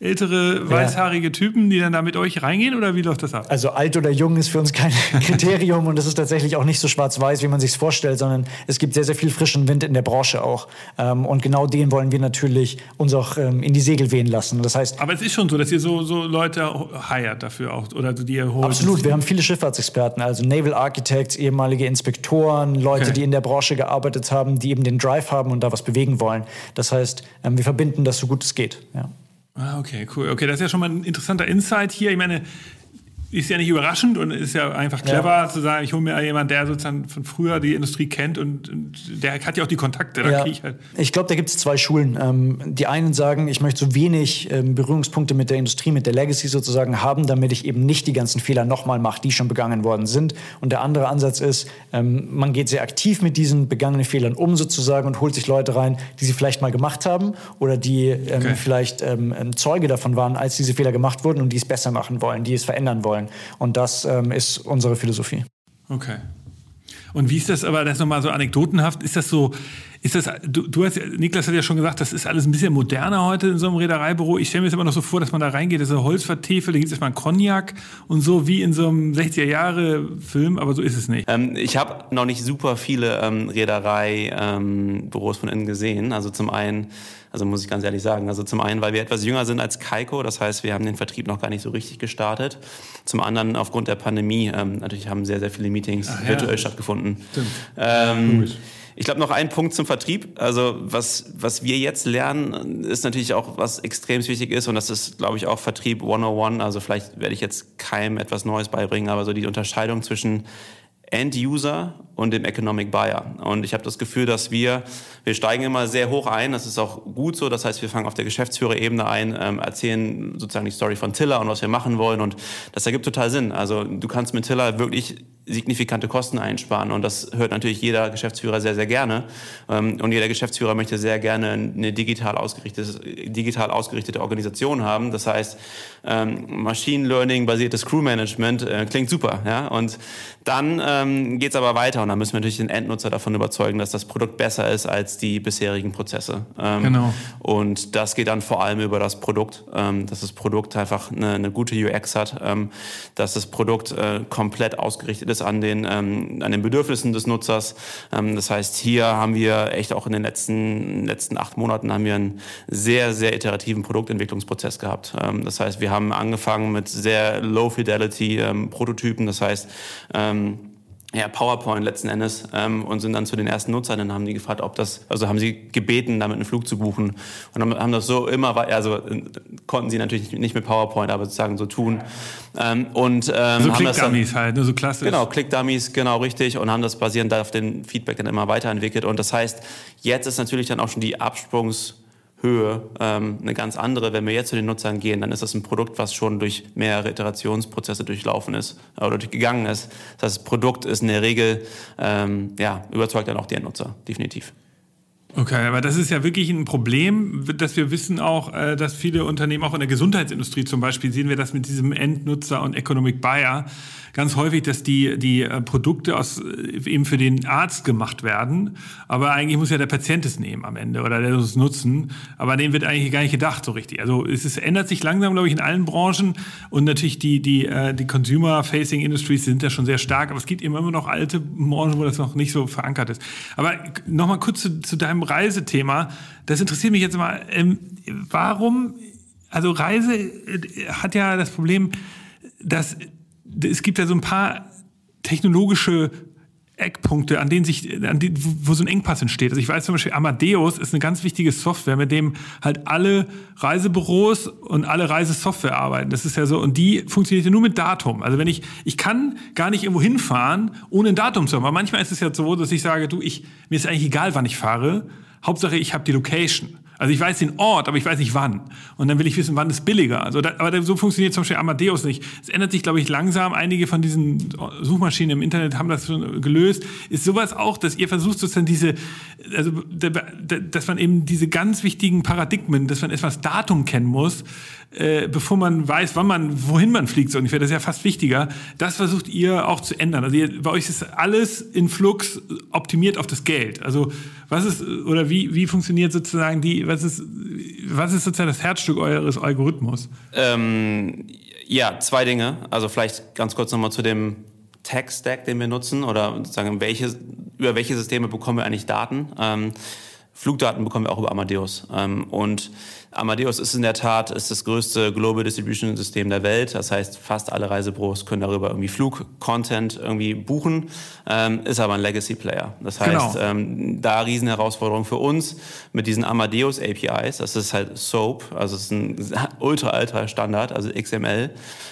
ältere, weißhaarige Typen, die dann da mit euch reingehen oder wie läuft das ab? Also alt oder jung ist für uns kein Kriterium und es ist tatsächlich auch nicht so schwarz-weiß, wie man sich es vorstellt, sondern es gibt sehr, sehr viel frischen Wind in der Branche auch. Und genau den wollen wir natürlich uns auch in die Segel wehen lassen. Das heißt, aber es ist schon so, dass ihr so Leute hired dafür auch oder die ihr holt. Absolut, wir haben viele Schifffahrtsexperten, also Naval Architects, ehemalige Inspektoren, Leute, die in der Branche gearbeitet haben, die eben den Drive haben und da was bewegen wollen. Das heißt, wir verbinden das so gut es geht. Ja. Ah, okay, cool. Okay, das ist ja schon mal ein interessanter Insight hier. Ich meine, ist ja nicht überraschend und ist ja einfach clever zu sagen, ich hole mir jemanden, der sozusagen von früher die Industrie kennt und der hat ja auch die Kontakte. Da krieg ich halt. Ich glaube, da gibt es zwei Schulen. Die einen sagen, ich möchte so wenig Berührungspunkte mit der Industrie, mit der Legacy sozusagen haben, damit ich eben nicht die ganzen Fehler nochmal mache, die schon begangen worden sind. Und der andere Ansatz ist, man geht sehr aktiv mit diesen begangenen Fehlern um sozusagen und holt sich Leute rein, die sie vielleicht mal gemacht haben oder die vielleicht Zeuge davon waren, als diese Fehler gemacht wurden und die es besser machen wollen, die es verändern wollen. Und das ist unsere Philosophie. Okay. Und wie ist das aber, das nochmal so anekdotenhaft, ist das so, Niklas hat ja schon gesagt, das ist alles ein bisschen moderner heute in so einem Reedereibüro. Ich stelle mir jetzt immer noch so vor, dass man da reingeht, das ist so Holz vertefelt, da gibt es erstmal einen Cognac und so wie in so einem 60er-Jahre-Film, aber so ist es nicht. Ich habe noch nicht super viele Reederei-Büros von innen gesehen. Also zum einen, muss ich ganz ehrlich sagen, zum einen, weil wir etwas jünger sind als Kaiko, das heißt, wir haben den Vertrieb noch gar nicht so richtig gestartet. Zum anderen aufgrund der Pandemie, natürlich haben sehr, sehr viele Meetings virtuell stattgefunden. Stimmt. Ich glaube, noch ein Punkt zum Vertrieb. Also was wir jetzt lernen, ist natürlich auch, was extrem wichtig ist. Und das ist, glaube ich, auch Vertrieb 101. Also vielleicht werde ich jetzt keinem etwas Neues beibringen, aber so die Unterscheidung zwischen End-User und dem Economic Buyer. Und ich habe das Gefühl, dass wir steigen immer sehr hoch ein. Das ist auch gut so. Das heißt, wir fangen auf der Geschäftsführerebene ein, erzählen sozusagen die Story von Tiller und was wir machen wollen. Und das ergibt total Sinn. Also du kannst mit Tiller wirklich signifikante Kosten einsparen. Und das hört natürlich jeder Geschäftsführer sehr, sehr gerne. Und jeder Geschäftsführer möchte sehr gerne eine digital ausgerichtete Organisation haben. Das heißt, Machine Learning-basiertes Crew-Management klingt super. Ja? Und dann geht's aber weiter. Und dann müssen wir natürlich den Endnutzer davon überzeugen, dass das Produkt besser ist als die bisherigen Prozesse. Genau. Und das geht dann vor allem über das Produkt, dass das Produkt einfach eine gute UX hat, dass das Produkt komplett ausgerichtet ist an den Bedürfnissen des Nutzers. Das heißt, hier haben wir echt auch in den letzten 8 Monaten haben wir einen sehr, sehr iterativen Produktentwicklungsprozess gehabt. Das heißt, wir haben angefangen mit sehr Low-Fidelity Prototypen, das heißt, PowerPoint letzten Endes und sind dann zu den ersten Nutzern, dann haben die gefragt, haben sie gebeten, damit einen Flug zu buchen und dann haben das so immer, konnten sie natürlich nicht mit PowerPoint, aber sozusagen so tun so haben Click-Dummies halt, so klassisch. Genau, Click-Dummies, genau richtig und haben das basierend auf den Feedback dann immer weiterentwickelt und das heißt, jetzt ist natürlich dann auch schon die Absprungshöhe eine ganz andere. Wenn wir jetzt zu den Nutzern gehen, dann ist das ein Produkt, was schon durch mehrere Iterationsprozesse durchlaufen ist oder durchgegangen ist. Das heißt, das Produkt ist in der Regel, überzeugt dann auch den Nutzer, definitiv. Okay, aber das ist ja wirklich ein Problem, dass wir wissen auch, dass viele Unternehmen, auch in der Gesundheitsindustrie zum Beispiel, sehen wir das mit diesem Endnutzer und Economic Buyer ganz häufig, dass die Produkte eben für den Arzt gemacht werden, aber eigentlich muss ja der Patient es nehmen am Ende oder der muss es nutzen, aber an den wird eigentlich gar nicht gedacht so richtig. Also es ändert sich langsam, glaube ich, in allen Branchen und natürlich die Consumer-Facing Industries sind da schon sehr stark, aber es gibt immer noch alte Branchen, wo das noch nicht so verankert ist. Aber nochmal kurz zu deinem Reisethema, das interessiert mich jetzt mal, warum, also Reise hat ja das Problem, dass es gibt ja so ein paar technologische Eckpunkte, wo so ein Engpass entsteht. Also ich weiß zum Beispiel, Amadeus ist eine ganz wichtige Software, mit dem halt alle Reisebüros und alle Reisesoftware arbeiten. Das ist ja so, und die funktioniert ja nur mit Datum. Also ich kann gar nicht irgendwo hinfahren, ohne ein Datum zu haben. Aber manchmal ist es ja so, dass ich sage, mir ist eigentlich egal, wann ich fahre. Hauptsache, ich habe die Location. Also ich weiß den Ort, aber ich weiß nicht wann. Und dann will ich wissen, wann ist billiger. Aber so funktioniert zum Beispiel Amadeus nicht. Es ändert sich, glaube ich, langsam. Einige von diesen Suchmaschinen im Internet haben das schon gelöst. Ist sowas auch, dass ihr versucht sozusagen dass man eben diese ganz wichtigen Paradigmen, dass man erst das Datum kennen muss, bevor man weiß, wohin man fliegt, so ungefähr. Das ist ja fast wichtiger. Das versucht ihr auch zu ändern. Also bei euch ist alles in Flux optimiert auf das Geld. Also wie funktioniert sozusagen was ist sozusagen das Herzstück eures Algorithmus? Ja, zwei Dinge. Also vielleicht ganz kurz nochmal zu dem Tech-Stack, den wir nutzen, oder sozusagen über welche Systeme bekommen wir eigentlich Daten. Flugdaten bekommen wir auch über Amadeus. Und Amadeus ist in der Tat das größte Global Distribution System der Welt. Das heißt, fast alle Reisebüros können darüber irgendwie Flug-Content irgendwie buchen, ist aber ein Legacy-Player. Das heißt, da Riesenherausforderung für uns mit diesen Amadeus APIs. Das ist halt SOAP, also es ist ein ultra alter Standard, also XML.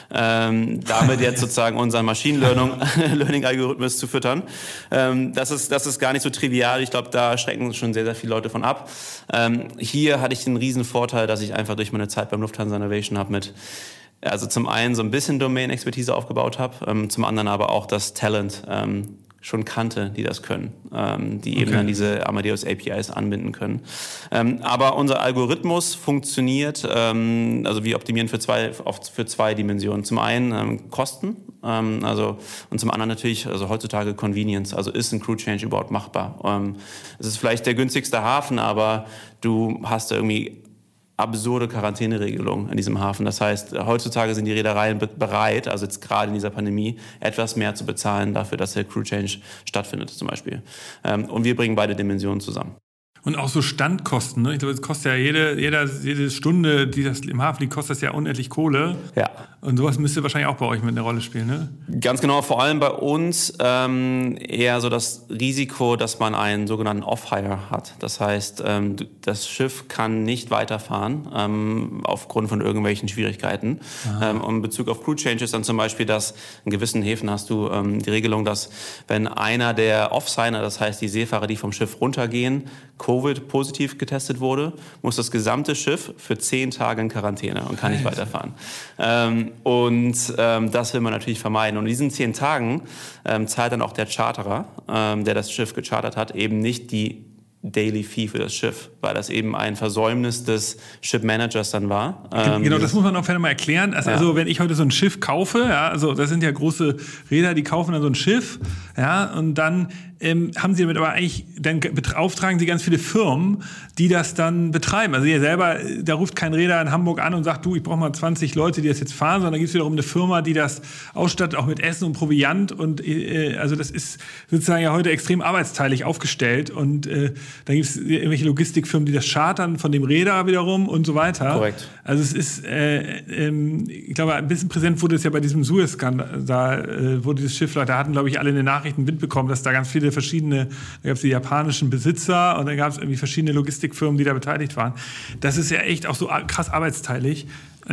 Damit jetzt sozusagen unseren Machine Learning Algorithmus zu füttern. Das ist gar nicht so trivial. Ich glaube, da schrecken schon sehr, sehr viele Leute von ab. Hier hatte ich den riesen Vorteil, dass ich einfach durch meine Zeit beim Lufthansa Innovation also zum einen so ein bisschen Domain-Expertise aufgebaut habe, zum anderen aber auch das Talent schon kannte, die das können, die eben dann diese Amadeus APIs anbinden können. Aber unser Algorithmus funktioniert, also wir optimieren für zwei Dimensionen. Zum einen Kosten, und zum anderen natürlich, also heutzutage Convenience, also ist ein Crew Change überhaupt machbar? Es ist vielleicht der günstigste Hafen, aber du hast da irgendwie absurde Quarantäneregelungen in diesem Hafen. Das heißt, heutzutage sind die Reedereien bereit, also jetzt gerade in dieser Pandemie, etwas mehr zu bezahlen dafür, dass der Crew Change stattfindet zum Beispiel. Und wir bringen beide Dimensionen zusammen. Und auch so Standkosten, ne? Ich glaube, es kostet ja jede Stunde, die das im Hafen liegt, kostet das ja unendlich Kohle. Ja. Und sowas müsste wahrscheinlich auch bei euch mit einer Rolle spielen, ne? Ganz genau, vor allem bei uns eher so das Risiko, dass man einen sogenannten Off-Hire hat. Das heißt, das Schiff kann nicht weiterfahren aufgrund von irgendwelchen Schwierigkeiten. Und in Bezug auf Crew Change ist dann zum Beispiel, dass in gewissen Häfen hast du die Regelung, dass wenn einer der Off-Signer, das heißt die Seefahrer, die vom Schiff runtergehen, Covid-positiv getestet wurde, muss das gesamte Schiff für 10 Tage in Quarantäne und kann nicht weiterfahren. Das will man natürlich vermeiden. Und in diesen 10 Tagen zahlt dann auch der Charterer, der das Schiff gechartert hat, eben nicht die Daily Fee für das Schiff, weil das eben ein Versäumnis des Ship Managers dann war. Genau, das muss man auch mal erklären. Also wenn ich heute so ein Schiff kaufe, also das sind ja große Reeder, die kaufen dann so ein Schiff, und dann haben sie damit aber eigentlich, dann beauftragen sie ganz viele Firmen, die das dann betreiben. Also ihr selber, da ruft kein Reeder in Hamburg an und sagt, du, ich brauche mal 20 Leute, die das jetzt fahren, sondern da gibt es wiederum eine Firma, die das ausstattet, auch mit Essen und Proviant. Und also das ist sozusagen ja heute extrem arbeitsteilig aufgestellt. Und dann gibt es irgendwelche Logistikfirmen, die das chartern von dem Reeder wiederum und so weiter. Korrekt. Also es ist, ich glaube, ein bisschen präsent wurde es ja bei diesem Suez-Skandal, wo dieses Schiff, da hatten, glaube ich, alle in den Nachrichten Wind bekommen, dass da ganz viele verschiedene, da gab es die japanischen Besitzer und dann gab es irgendwie verschiedene Logistikfirmen, die da beteiligt waren. Das ist ja echt auch so krass arbeitsteilig.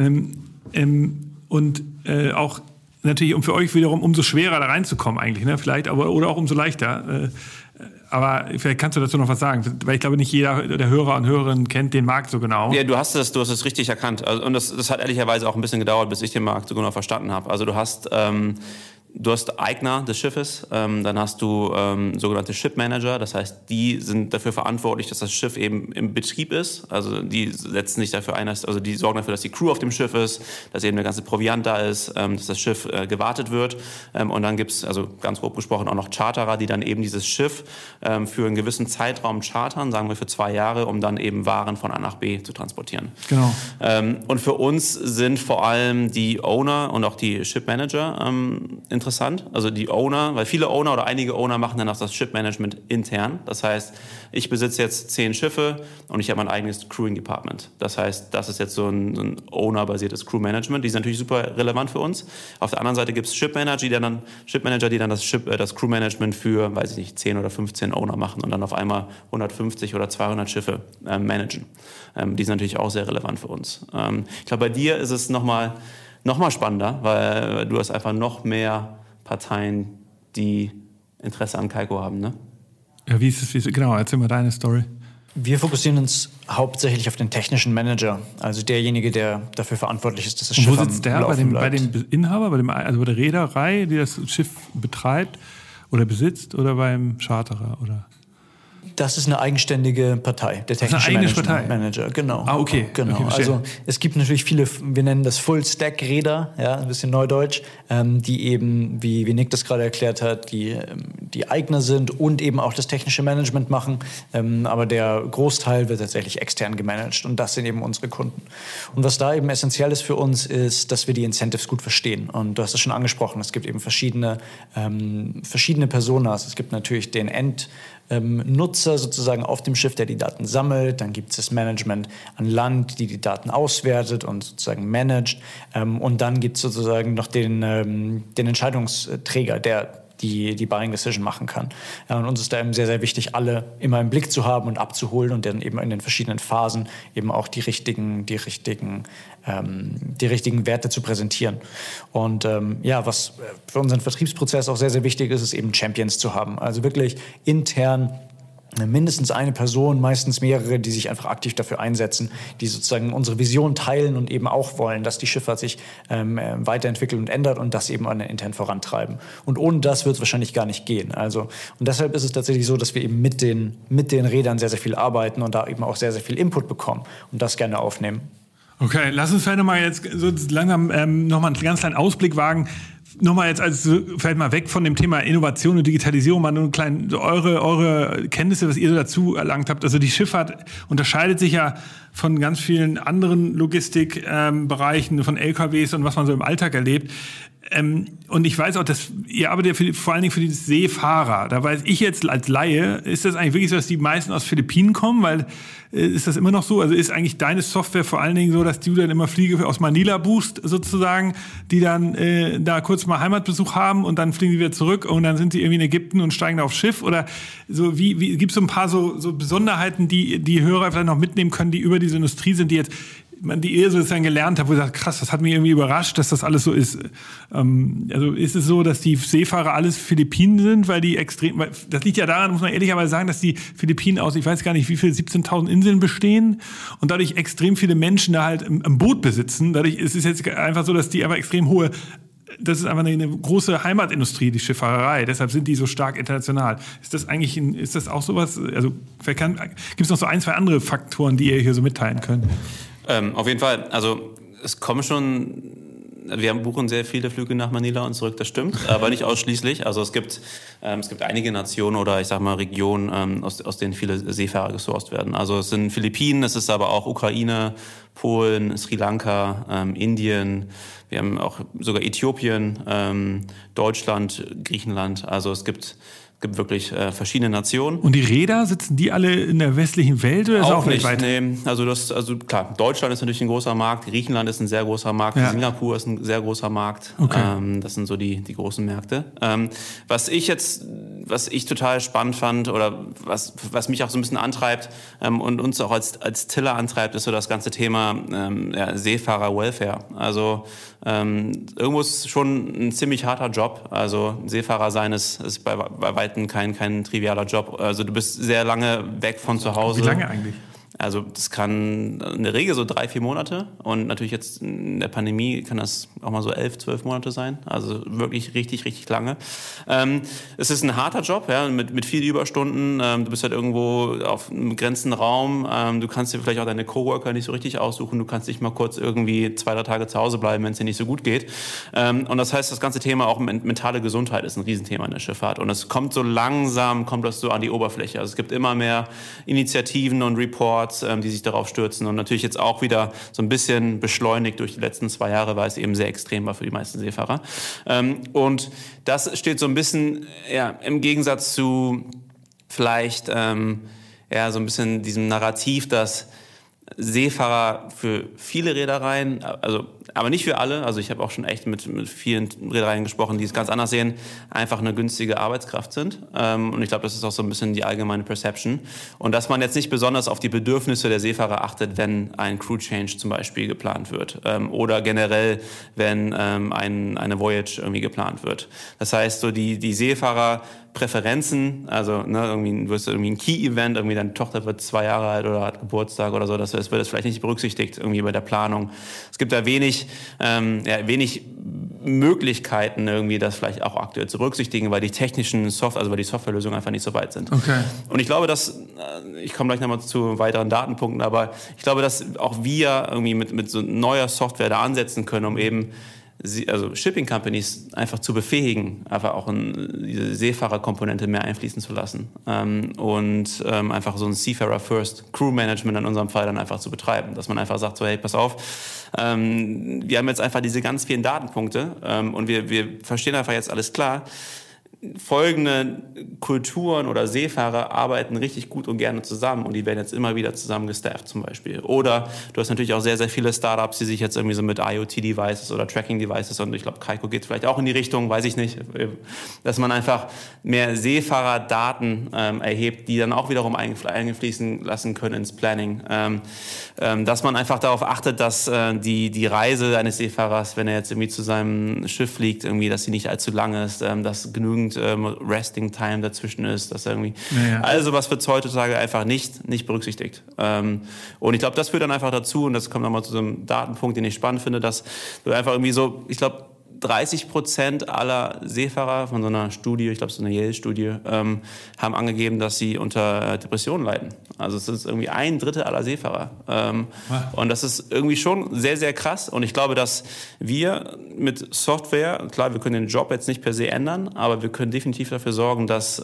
Auch natürlich für euch wiederum umso schwerer da reinzukommen eigentlich, ne? Vielleicht, oder auch umso leichter. Aber vielleicht kannst du dazu noch was sagen, weil ich glaube, nicht jeder der Hörer und Hörerinnen kennt den Markt so genau. Ja, du hast es richtig erkannt. Also, und das hat ehrlicherweise auch ein bisschen gedauert, bis ich den Markt so genau verstanden habe. Also du hast Eigner des Schiffes, dann hast du sogenannte Ship Manager, das heißt, die sind dafür verantwortlich, dass das Schiff eben im Betrieb ist. Also die setzen sich dafür ein, also die sorgen dafür, dass die Crew auf dem Schiff ist, dass eben der ganze Proviant da ist, dass das Schiff gewartet wird. Und dann gibt's, also ganz grob gesprochen, auch noch Charterer, die dann eben dieses Schiff für einen gewissen Zeitraum chartern, sagen wir für 2 Jahre, um dann eben Waren von A nach B zu transportieren. Genau. Und für uns sind vor allem die Owner und auch die Ship Manager interessant. Also die Owner, weil viele Owner oder einige Owner machen dann auch das Ship-Management intern. Das heißt, ich besitze jetzt 10 Schiffe und ich habe mein eigenes Crewing-Department. Das heißt, das ist jetzt so ein Owner-basiertes Crew-Management. Die sind natürlich super relevant für uns. Auf der anderen Seite gibt es Ship-Manager, die dann das Crew-Management für, weiß ich nicht, 10 oder 15 Owner machen und dann auf einmal 150 oder 200 Schiffe managen. Die sind natürlich auch sehr relevant für uns. Ich glaube, bei dir ist es noch mal spannender, weil du hast einfach noch mehr Parteien, die Interesse an Kaiko haben, ne? Ja, wie ist es? Genau, erzähl mal deine Story. Wir fokussieren uns hauptsächlich auf den technischen Manager, also derjenige, der dafür verantwortlich ist, dass das Schiff am Laufen bleibt. Wo sitzt der? Bei dem Inhaber, bei der Reederei, die das Schiff betreibt oder besitzt, oder beim Charterer? Oder? Das ist eine eigenständige Partei, der technische Manager. Genau. Ah, okay. Genau. Okay, also es gibt natürlich viele, wir nennen das Full-Stack-Räder, ja, ein bisschen Neudeutsch, die eben, wie Nick das gerade erklärt hat, die Eigner sind und eben auch das technische Management machen. Aber der Großteil wird tatsächlich extern gemanagt und das sind eben unsere Kunden. Und was da eben essentiell ist für uns, ist, dass wir die Incentives gut verstehen. Und du hast es schon angesprochen, es gibt eben verschiedene Personas. Es gibt natürlich den Nutzer sozusagen auf dem Schiff, der die Daten sammelt. Dann gibt es das Management an Land, die Daten auswertet und sozusagen managt. Und dann gibt es sozusagen noch den Entscheidungsträger, der die Buying Decision machen kann. Ja, und uns ist da eben sehr, sehr wichtig, alle immer im Blick zu haben und abzuholen und dann eben in den verschiedenen Phasen eben auch die richtigen Werte zu präsentieren. Und was für unseren Vertriebsprozess auch sehr, sehr wichtig ist, ist eben Champions zu haben. Also wirklich intern mindestens eine Person, meistens mehrere, die sich einfach aktiv dafür einsetzen, die sozusagen unsere Vision teilen und eben auch wollen, dass die Schifffahrt sich weiterentwickelt und ändert und das eben intern vorantreiben. Und ohne das wird es wahrscheinlich gar nicht gehen. Also, und deshalb ist es tatsächlich so, dass wir eben mit den Rädern sehr, sehr viel arbeiten und da eben auch sehr, sehr viel Input bekommen und das gerne aufnehmen. Okay, lass uns vielleicht nochmal jetzt so langsam nochmal einen ganz kleinen Ausblick wagen. Nochmal jetzt vielleicht mal weg von dem Thema Innovation und Digitalisierung, mal nur einen kleinen, eure Kenntnisse, was ihr so dazu erlangt habt. Also die Schifffahrt unterscheidet sich ja von ganz vielen anderen Logistikbereichen, von LKWs und was man so im Alltag erlebt. Und ich weiß auch, dass ihr arbeitet ja vor allen Dingen für die Seefahrer. Da weiß ich jetzt als Laie, ist das eigentlich wirklich so, dass die meisten aus Philippinen kommen? Weil ist das immer noch so? Also ist eigentlich deine Software vor allen Dingen so, dass du dann immer Fliege aus Manila buchst sozusagen, die dann da kurz mal Heimatbesuch haben und dann fliegen sie wieder zurück und dann sind sie irgendwie in Ägypten und steigen da aufs Schiff? Oder so wie gibt es so ein paar so Besonderheiten, die Hörer vielleicht noch mitnehmen können, die über diese Industrie sind, die ihr sozusagen gelernt habt, wo ihr sagt, krass, das hat mich irgendwie überrascht, dass das alles so ist. Also ist es so, dass die Seefahrer alles Philippinen sind, weil das liegt ja daran, muss man ehrlicherweise sagen, dass die Philippinen aus, ich weiß gar nicht, wie viel, 17.000 Inseln bestehen und dadurch extrem viele Menschen da halt im Boot besitzen. Dadurch ist es jetzt einfach so, dass die aber extrem hohe, das ist einfach eine große Heimatindustrie, die Schifffahrerei. Deshalb sind die so stark international. Ist das auch sowas? Also vielleicht gibt es noch so ein, zwei andere Faktoren, die ihr hier so mitteilen könnt? Auf jeden Fall. Also es kommen schon, wir buchen sehr viele Flüge nach Manila und zurück, das stimmt, aber nicht ausschließlich. Also es gibt einige Nationen oder ich sag mal Regionen, aus denen viele Seefahrer gesourced werden. Also es sind Philippinen, es ist aber auch Ukraine, Polen, Sri Lanka, Indien, wir haben auch sogar Äthiopien, Deutschland, Griechenland. Also es gibt wirklich verschiedene Nationen. Und die Räder, sitzen die alle in der westlichen Welt oder ist auch nicht? Weltweit? Nee, also klar, Deutschland ist natürlich ein großer Markt, Griechenland ist ein sehr großer Markt, ja. Singapur ist ein sehr großer Markt. Okay. Das sind so die großen Märkte. Was ich total spannend fand oder was mich auch so ein bisschen antreibt und uns auch als Tiller antreibt, ist so das ganze Thema Seefahrer-Welfare. Also irgendwo ist schon ein ziemlich harter Job. Also Seefahrer sein ist bei Weitem kein trivialer Job. Also du bist sehr lange weg von zu Hause. Wie lange eigentlich? Also das kann in der Regel so 3-4 Monate und natürlich jetzt in der Pandemie kann das auch mal so 11-12 Monate sein. Also wirklich richtig, richtig lange. Es ist ein harter Job, ja, mit viel Überstunden. Du bist halt irgendwo auf einem begrenzten Raum. Du kannst dir vielleicht auch deine Coworker nicht so richtig aussuchen. Du kannst nicht mal kurz irgendwie 2-3 Tage zu Hause bleiben, wenn es dir nicht so gut geht. Und das heißt, das ganze Thema auch mentale Gesundheit ist ein Riesenthema in der Schifffahrt. Und es kommt so langsam, kommt das so an die Oberfläche. Also es gibt immer mehr Initiativen und Reports, die sich darauf stürzen und natürlich jetzt auch wieder so ein bisschen beschleunigt durch die letzten 2 Jahre, weil es eben sehr extrem war für die meisten Seefahrer. Und das steht so ein bisschen im Gegensatz zu vielleicht so ein bisschen diesem Narrativ, dass Seefahrer für viele Reedereien, aber nicht für alle, also ich habe auch schon echt mit vielen Reedereien gesprochen, die es ganz anders sehen, einfach eine günstige Arbeitskraft sind. Und ich glaube, das ist auch so ein bisschen die allgemeine Perception. Und dass man jetzt nicht besonders auf die Bedürfnisse der Seefahrer achtet, wenn ein Crew-Change zum Beispiel geplant wird. Oder generell, wenn eine Voyage irgendwie geplant wird. Das heißt, so die Seefahrer Präferenzen, also du wirst irgendwie ein Key-Event, irgendwie deine Tochter wird 2 Jahre alt oder hat Geburtstag oder so, das wird vielleicht nicht berücksichtigt irgendwie bei der Planung. Es gibt da wenig Möglichkeiten, irgendwie das vielleicht auch aktuell zu berücksichtigen, weil die technischen weil die Softwarelösungen einfach nicht so weit sind. Okay. Und ich glaube, ich komme gleich nochmal zu weiteren Datenpunkten, aber ich glaube, dass auch wir irgendwie mit so neuer Software da ansetzen können, um eben Shipping Companies einfach zu befähigen, einfach auch diese Seefahrerkomponente mehr einfließen zu lassen und einfach so ein Seafarer First Crew Management in unserem Fall dann einfach zu betreiben, dass man einfach sagt, so hey, pass auf, wir haben jetzt einfach diese ganz vielen Datenpunkte und wir verstehen einfach jetzt alles klar. Folgende Kulturen oder Seefahrer arbeiten richtig gut und gerne zusammen und die werden jetzt immer wieder zusammen gestafft zum Beispiel. Oder du hast natürlich auch sehr, sehr viele Startups, die sich jetzt irgendwie so mit IoT-Devices oder Tracking-Devices und ich glaube, Kaiko geht vielleicht auch in die Richtung, weiß ich nicht, dass man einfach mehr Seefahrerdaten erhebt, die dann auch wiederum eingefließen lassen können ins Planning. Dass man einfach darauf achtet, dass die Reise eines Seefahrers, wenn er jetzt irgendwie zu seinem Schiff fliegt, irgendwie, dass sie nicht allzu lang ist, dass genügend Resting Time dazwischen ist, dass irgendwie also was wird heutzutage einfach nicht berücksichtigt. Und ich glaube, das führt dann einfach dazu, und das kommt nochmal zu so einem Datenpunkt, den ich spannend finde, dass du einfach irgendwie so, ich glaube, 30% aller Seefahrer von so einer Studie, ich glaube, so eine Yale-Studie, haben angegeben, dass sie unter Depressionen leiden. Also es ist irgendwie 1/3 aller Seefahrer. Und das ist irgendwie schon sehr, sehr krass. Und ich glaube, dass wir mit Software, klar, wir können den Job jetzt nicht per se ändern, aber wir können definitiv dafür sorgen, dass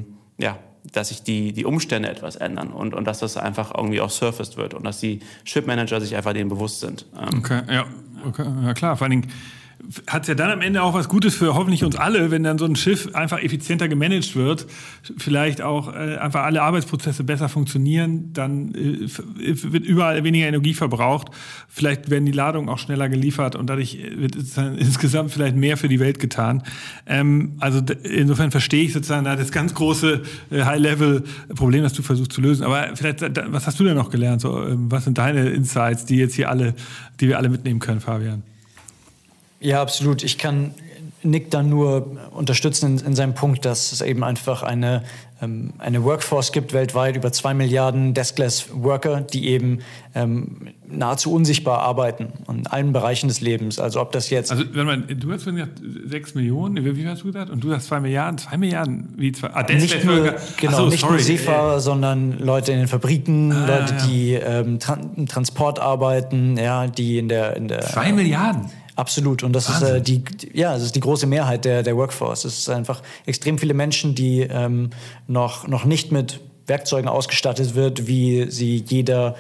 sich die Umstände etwas ändern und dass das einfach irgendwie auch surfaced wird und dass die Shipmanager sich einfach dem bewusst sind. Okay, ja klar, vor allen Dingen hat es ja dann am Ende auch was Gutes für hoffentlich uns alle, wenn dann so ein Schiff einfach effizienter gemanagt wird, vielleicht auch einfach alle Arbeitsprozesse besser funktionieren, dann wird überall weniger Energie verbraucht, vielleicht werden die Ladungen auch schneller geliefert und dadurch wird dann insgesamt vielleicht mehr für die Welt getan. Also insofern verstehe ich sozusagen das ganz große High-Level-Problem, das du versuchst zu lösen. Aber vielleicht, was hast du denn noch gelernt? So, was sind deine Insights, die wir alle mitnehmen können, Fabian? Ja, absolut. Ich kann Nick dann nur unterstützen in seinem Punkt, dass es eben einfach eine Workforce gibt weltweit, über 2 Milliarden Deskless Worker, die eben nahezu unsichtbar arbeiten in allen Bereichen des Lebens. Also ob das jetzt... Also du hast gesagt 6 Millionen, wie hast du gesagt? Und du hast 2 Milliarden? 2 Milliarden? Wie zwei? Nicht nur Seefahrer, sondern Leute in den Fabriken, Leute, die im Transport arbeiten, die in der 2 Milliarden? Absolut. Und das ist das ist die große Mehrheit der Workforce. Es ist einfach extrem viele Menschen, die noch nicht mit Werkzeugen ausgestattet wird, wie sie jeder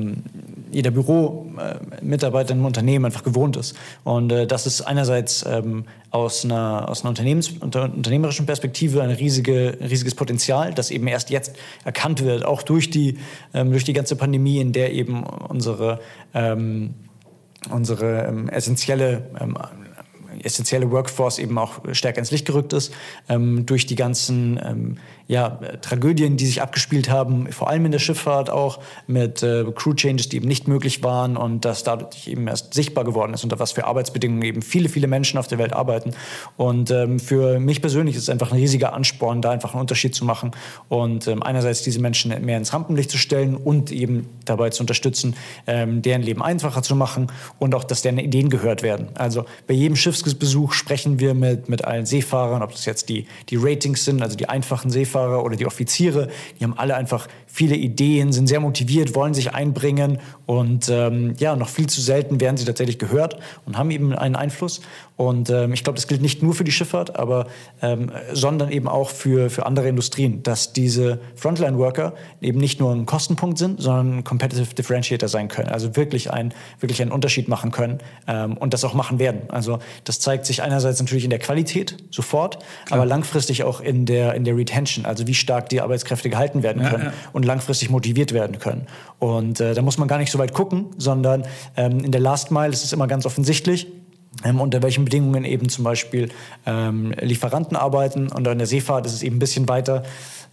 Büromitarbeiter im Unternehmen einfach gewohnt ist. Und das ist einerseits aus einer unternehmerischen Perspektive ein riesiges Potenzial, das eben erst jetzt erkannt wird, auch durch die ganze Pandemie, in der eben unsere essentielle Workforce eben auch stärker ins Licht gerückt ist, durch die ganzen Tragödien, die sich abgespielt haben, vor allem in der Schifffahrt auch, mit Crew-Changes, die eben nicht möglich waren und das dadurch eben erst sichtbar geworden ist, unter was für Arbeitsbedingungen eben viele, viele Menschen auf der Welt arbeiten. Und für mich persönlich ist es einfach ein riesiger Ansporn, da einfach einen Unterschied zu machen und einerseits diese Menschen mehr ins Rampenlicht zu stellen und eben dabei zu unterstützen, deren Leben einfacher zu machen und auch, dass deren Ideen gehört werden. Also bei jedem Schiffsbesuch sprechen wir mit allen Seefahrern, ob das jetzt die Ratings sind, also die einfachen Seefahrer oder die Offiziere, die haben alle einfach viele Ideen, sind sehr motiviert, wollen sich einbringen und noch viel zu selten werden sie tatsächlich gehört und haben eben einen Einfluss. Und ich glaube, das gilt nicht nur für die Schifffahrt, sondern eben auch für andere Industrien, dass diese Frontline-Worker eben nicht nur ein Kostenpunkt sind, sondern ein Competitive Differentiator sein können, also wirklich einen Unterschied machen können und das auch machen werden. Also das zeigt sich einerseits natürlich in der Qualität sofort, aber langfristig auch in der Retention, also wie stark die Arbeitskräfte gehalten werden können und langfristig motiviert werden können. Und da muss man gar nicht so weit gucken, sondern in der Last Mile ist es immer ganz offensichtlich, unter welchen Bedingungen eben zum Beispiel Lieferanten arbeiten. Und in der Seefahrt ist es eben ein bisschen weiter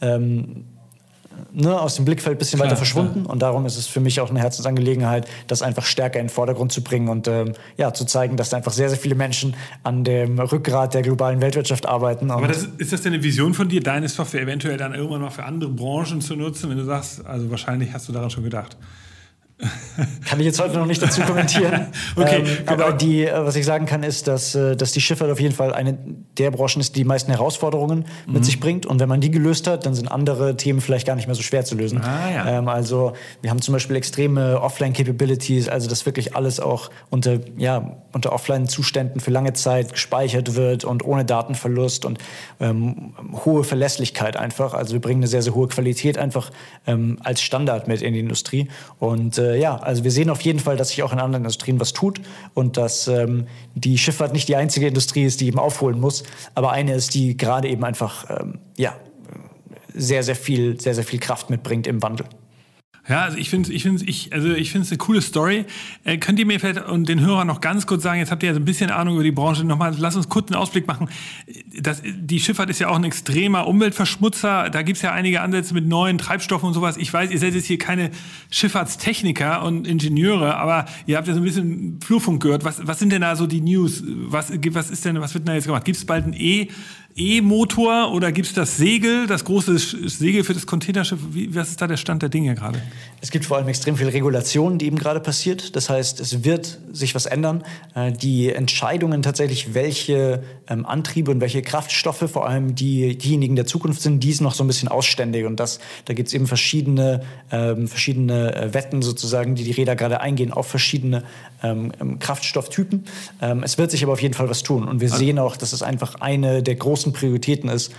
aus dem Blickfeld ein bisschen weiter verschwunden. Und darum ist es für mich auch eine Herzensangelegenheit, das einfach stärker in den Vordergrund zu bringen und zu zeigen, dass da einfach sehr, sehr viele Menschen an dem Rückgrat der globalen Weltwirtschaft arbeiten. Aber ist das denn eine Vision von dir, deine Software eventuell dann irgendwann mal für andere Branchen zu nutzen, wenn du sagst, also wahrscheinlich hast du daran schon gedacht? Kann ich jetzt heute noch nicht dazu kommentieren. Okay, aber was ich sagen kann, ist, dass die Schifffahrt auf jeden Fall eine der Branchen ist, die meisten Herausforderungen mit sich bringt. Und wenn man die gelöst hat, dann sind andere Themen vielleicht gar nicht mehr so schwer zu lösen. Also wir haben zum Beispiel extreme Offline-Capabilities, also dass wirklich alles auch unter Offline-Zuständen für lange Zeit gespeichert wird und ohne Datenverlust und hohe Verlässlichkeit einfach. Also wir bringen eine sehr, sehr hohe Qualität einfach als Standard mit in die Industrie. Und also wir sehen auf jeden Fall, dass sich auch in anderen Industrien was tut und dass die Schifffahrt nicht die einzige Industrie ist, die eben aufholen muss, aber eine ist, die gerade eben einfach sehr, sehr viel Kraft mitbringt im Wandel. Ja, also ich finde es eine coole Story. Könnt ihr mir vielleicht und den Hörern noch ganz kurz sagen, jetzt habt ihr ja so ein bisschen Ahnung über die Branche, nochmal, lass uns kurz einen Ausblick machen. Die Schifffahrt ist ja auch ein extremer Umweltverschmutzer. Da gibt's ja einige Ansätze mit neuen Treibstoffen und sowas. Ich weiß, ihr seid jetzt hier keine Schifffahrtstechniker und Ingenieure, aber ihr habt ja so ein bisschen Flurfunk gehört. Was sind denn da so die News? Was wird denn da jetzt gemacht? Gibt es bald ein E-Motor oder gibt es das Segel, das große Segel für das Containerschiff? Was ist da der Stand der Dinge gerade? Es gibt vor allem extrem viel Regulation, die eben gerade passiert. Das heißt, es wird sich was ändern. Die Entscheidungen tatsächlich, welche Antriebe und welche Kraftstoffe vor allem diejenigen der Zukunft sind, die ist noch so ein bisschen ausständig. Und da gibt es eben verschiedene Wetten sozusagen, die Räder gerade eingehen auf verschiedene Kraftstofftypen. Es wird sich aber auf jeden Fall was tun. Und wir sehen auch, dass es einfach eine der großen Prioritäten ist,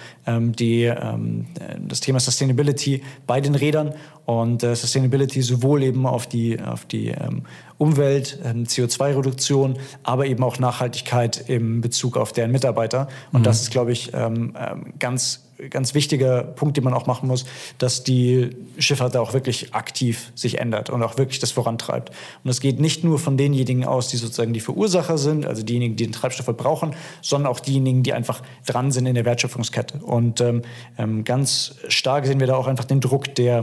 das Thema Sustainability bei den Rädern und Sustainability sowohl eben auf die Umwelt, CO2-Reduktion, aber eben auch Nachhaltigkeit im Bezug auf deren Mitarbeiter. Und das ist, glaube ich, ganz wichtiger Punkt, den man auch machen muss, dass die Schifffahrt da auch wirklich aktiv sich ändert und auch wirklich das vorantreibt. Und es geht nicht nur von denjenigen aus, die sozusagen die Verursacher sind, also diejenigen, die den Treibstoff verbrauchen, sondern auch diejenigen, die einfach dran sind in der Wertschöpfungskette. Und ganz stark sehen wir da auch einfach den Druck der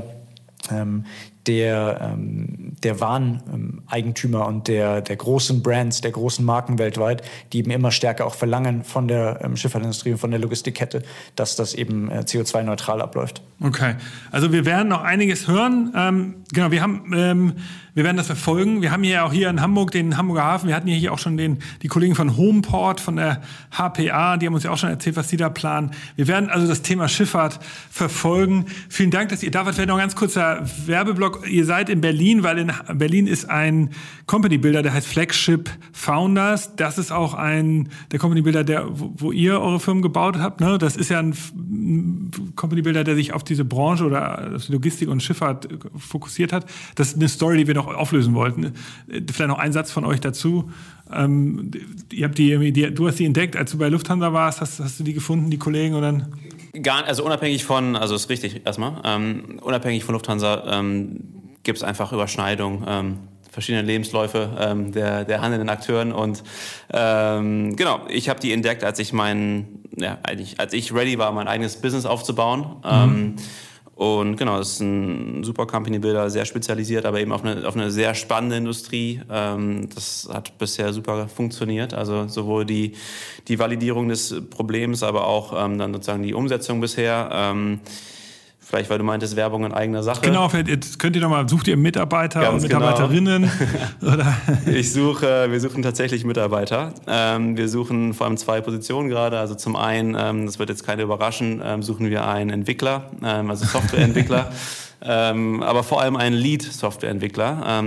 Wareneigentümer und der großen Brands, der großen Marken weltweit, die eben immer stärker auch verlangen von der Schifffahrtindustrie und von der Logistikkette, dass das eben CO2-neutral abläuft. Okay, also wir werden noch einiges hören. Genau, wir werden das verfolgen. Wir haben hier in Hamburg den Hamburger Hafen. Wir hatten hier auch schon die Kollegen von Homeport, von der HPA, die haben uns ja auch schon erzählt, was sie da planen. Wir werden also das Thema Schifffahrt verfolgen. Vielen Dank, dass ihr da wart. Vielleicht noch ein ganz kurzer Werbeblock. Ihr seid in Berlin, weil in Berlin ist ein Company Builder, der heißt Flagship Founders. Das ist auch der Company Builder, wo ihr eure Firmen gebaut habt. Ne? Das ist ja ein Company Builder, der sich auf diese Branche oder auf Logistik und Schifffahrt fokussiert hat. Das ist eine Story, die wir noch auflösen wollten. Vielleicht noch ein Satz von euch dazu. Du hast die entdeckt, als du bei Lufthansa warst. Hast du die gefunden, die Kollegen? Oder? Unabhängig von, also ist richtig erstmal, unabhängig von Lufthansa gibt es einfach Überschneidungen, verschiedene Lebensläufe der handelnden Akteuren und genau, ich habe die entdeckt, als ich ready war, mein eigenes Business aufzubauen. Und genau, das ist ein super Company Builder, sehr spezialisiert, aber eben auf eine sehr spannende Industrie. Das hat bisher super funktioniert. Also sowohl die Validierung des Problems, aber auch dann sozusagen die Umsetzung bisher. Vielleicht, weil du meintest, Werbung in eigener Sache. Genau, jetzt könnt ihr nochmal, sucht ihr Mitarbeiter und Mitarbeiterinnen? Genau. Oder? Wir suchen tatsächlich Mitarbeiter. Wir suchen vor allem 2 Positionen gerade. Also zum einen, das wird jetzt keine überraschen, suchen wir einen Entwickler, also Softwareentwickler. Aber vor allem einen Lead-Softwareentwickler.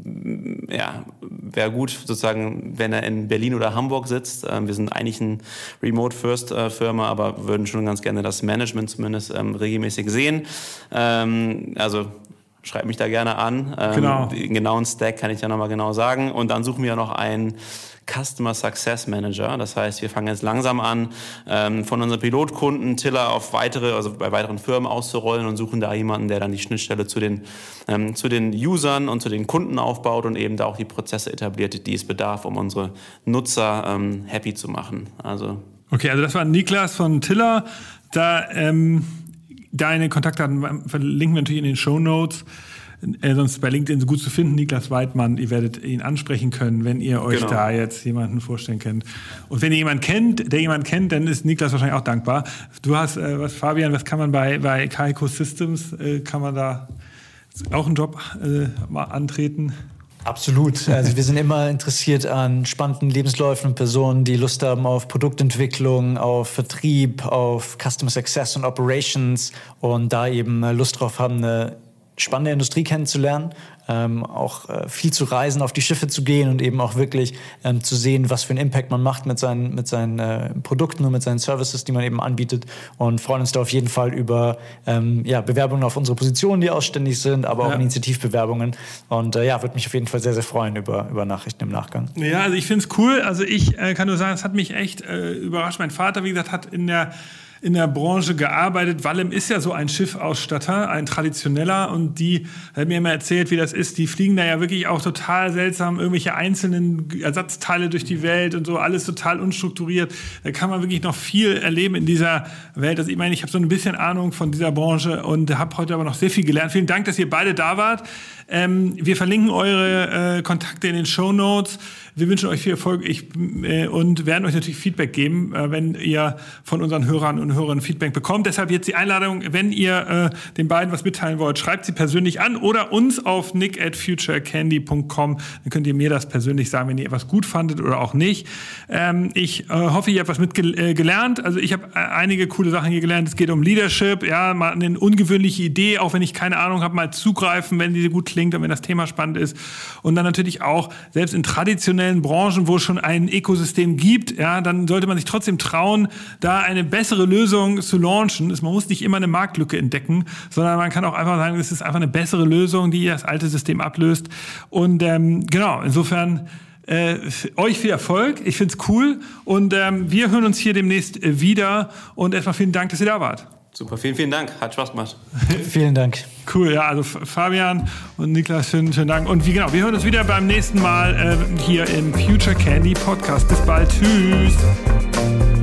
Wäre gut, sozusagen, wenn er in Berlin oder Hamburg sitzt. Wir sind eigentlich eine Remote-First-Firma, aber würden schon ganz gerne das Management zumindest regelmäßig sehen. Also schreibt mich da gerne an. Genau. Den genauen Stack kann ich ja nochmal genau sagen. Und dann suchen wir noch einen Customer Success Manager. Das heißt, wir fangen jetzt langsam an, von unseren Pilotkunden Tiller auf bei weiteren Firmen auszurollen und suchen da jemanden, der dann die Schnittstelle zu den Usern und zu den Kunden aufbaut und eben da auch die Prozesse etabliert, die es bedarf, um unsere Nutzer happy zu machen. Okay, also das war Niklas von Tiller. Deine Kontaktdaten verlinken wir natürlich in den Shownotes. Sonst bei LinkedIn so gut zu finden, Niklas Weidmann. Ihr werdet ihn ansprechen können, wenn ihr euch da jetzt jemanden vorstellen könnt. Und wenn ihr jemanden kennt, dann ist Niklas wahrscheinlich auch dankbar. Du hast, Fabian, was kann man bei Kaiko Systems, kann man da auch einen Job mal antreten? Absolut. Also wir sind immer interessiert an spannenden Lebensläufen und Personen, die Lust haben auf Produktentwicklung, auf Vertrieb, auf Customer Success und Operations und da eben Lust drauf haben, eine spannende Industrie kennenzulernen, auch viel zu reisen, auf die Schiffe zu gehen und eben auch wirklich zu sehen, was für einen Impact man macht mit seinen Produkten und mit seinen Services, die man eben anbietet, und freuen uns da auf jeden Fall über Bewerbungen auf unsere Positionen, die ausständig sind, aber auch Initiativbewerbungen, und würde mich auf jeden Fall sehr, sehr freuen über Nachrichten im Nachgang. Ja, also ich finde es cool. Also ich kann nur sagen, es hat mich echt überrascht. Mein Vater, wie gesagt, hat in der Branche gearbeitet. Wallem ist ja so ein Schiffausstatter, ein traditioneller, und die hat mir immer erzählt, wie das ist. Die fliegen da ja wirklich auch total seltsam, irgendwelche einzelnen Ersatzteile durch die Welt und so, alles total unstrukturiert. Da kann man wirklich noch viel erleben in dieser Welt. Also ich meine, ich habe so ein bisschen Ahnung von dieser Branche und habe heute aber noch sehr viel gelernt. Vielen Dank, dass ihr beide da wart. Wir verlinken eure Kontakte in den Shownotes. Wir wünschen euch viel Erfolg und werden euch natürlich Feedback geben, wenn ihr von unseren Hörern und Hörerinnen Feedback bekommt. Deshalb jetzt die Einladung, wenn ihr den beiden was mitteilen wollt, schreibt sie persönlich an oder uns auf nick@futurecandy.com. Dann könnt ihr mir das persönlich sagen, wenn ihr etwas gut fandet oder auch nicht. Ich hoffe, ihr habt was gelernt. Also ich habe einige coole Sachen hier gelernt. Es geht um Leadership, ja, mal eine ungewöhnliche Idee, auch wenn ich keine Ahnung habe, mal zugreifen, wenn diese gut klingt und wenn das Thema spannend ist. Und dann natürlich auch, selbst in traditionellen Branchen, wo es schon ein Ökosystem gibt, ja, dann sollte man sich trotzdem trauen, da eine bessere Lösung zu launchen. Man muss nicht immer eine Marktlücke entdecken, sondern man kann auch einfach sagen, es ist einfach eine bessere Lösung, die das alte System ablöst. Und genau, insofern euch viel Erfolg. Ich finde es cool. Und wir hören uns hier demnächst wieder. Und erstmal vielen Dank, dass ihr da wart. Super, vielen Dank. Hat Spaß gemacht. Vielen Dank. Cool, ja, also Fabian und Niklas, schönen Dank. Und wir hören uns wieder beim nächsten Mal hier im Future Candy Podcast. Bis bald. Tschüss.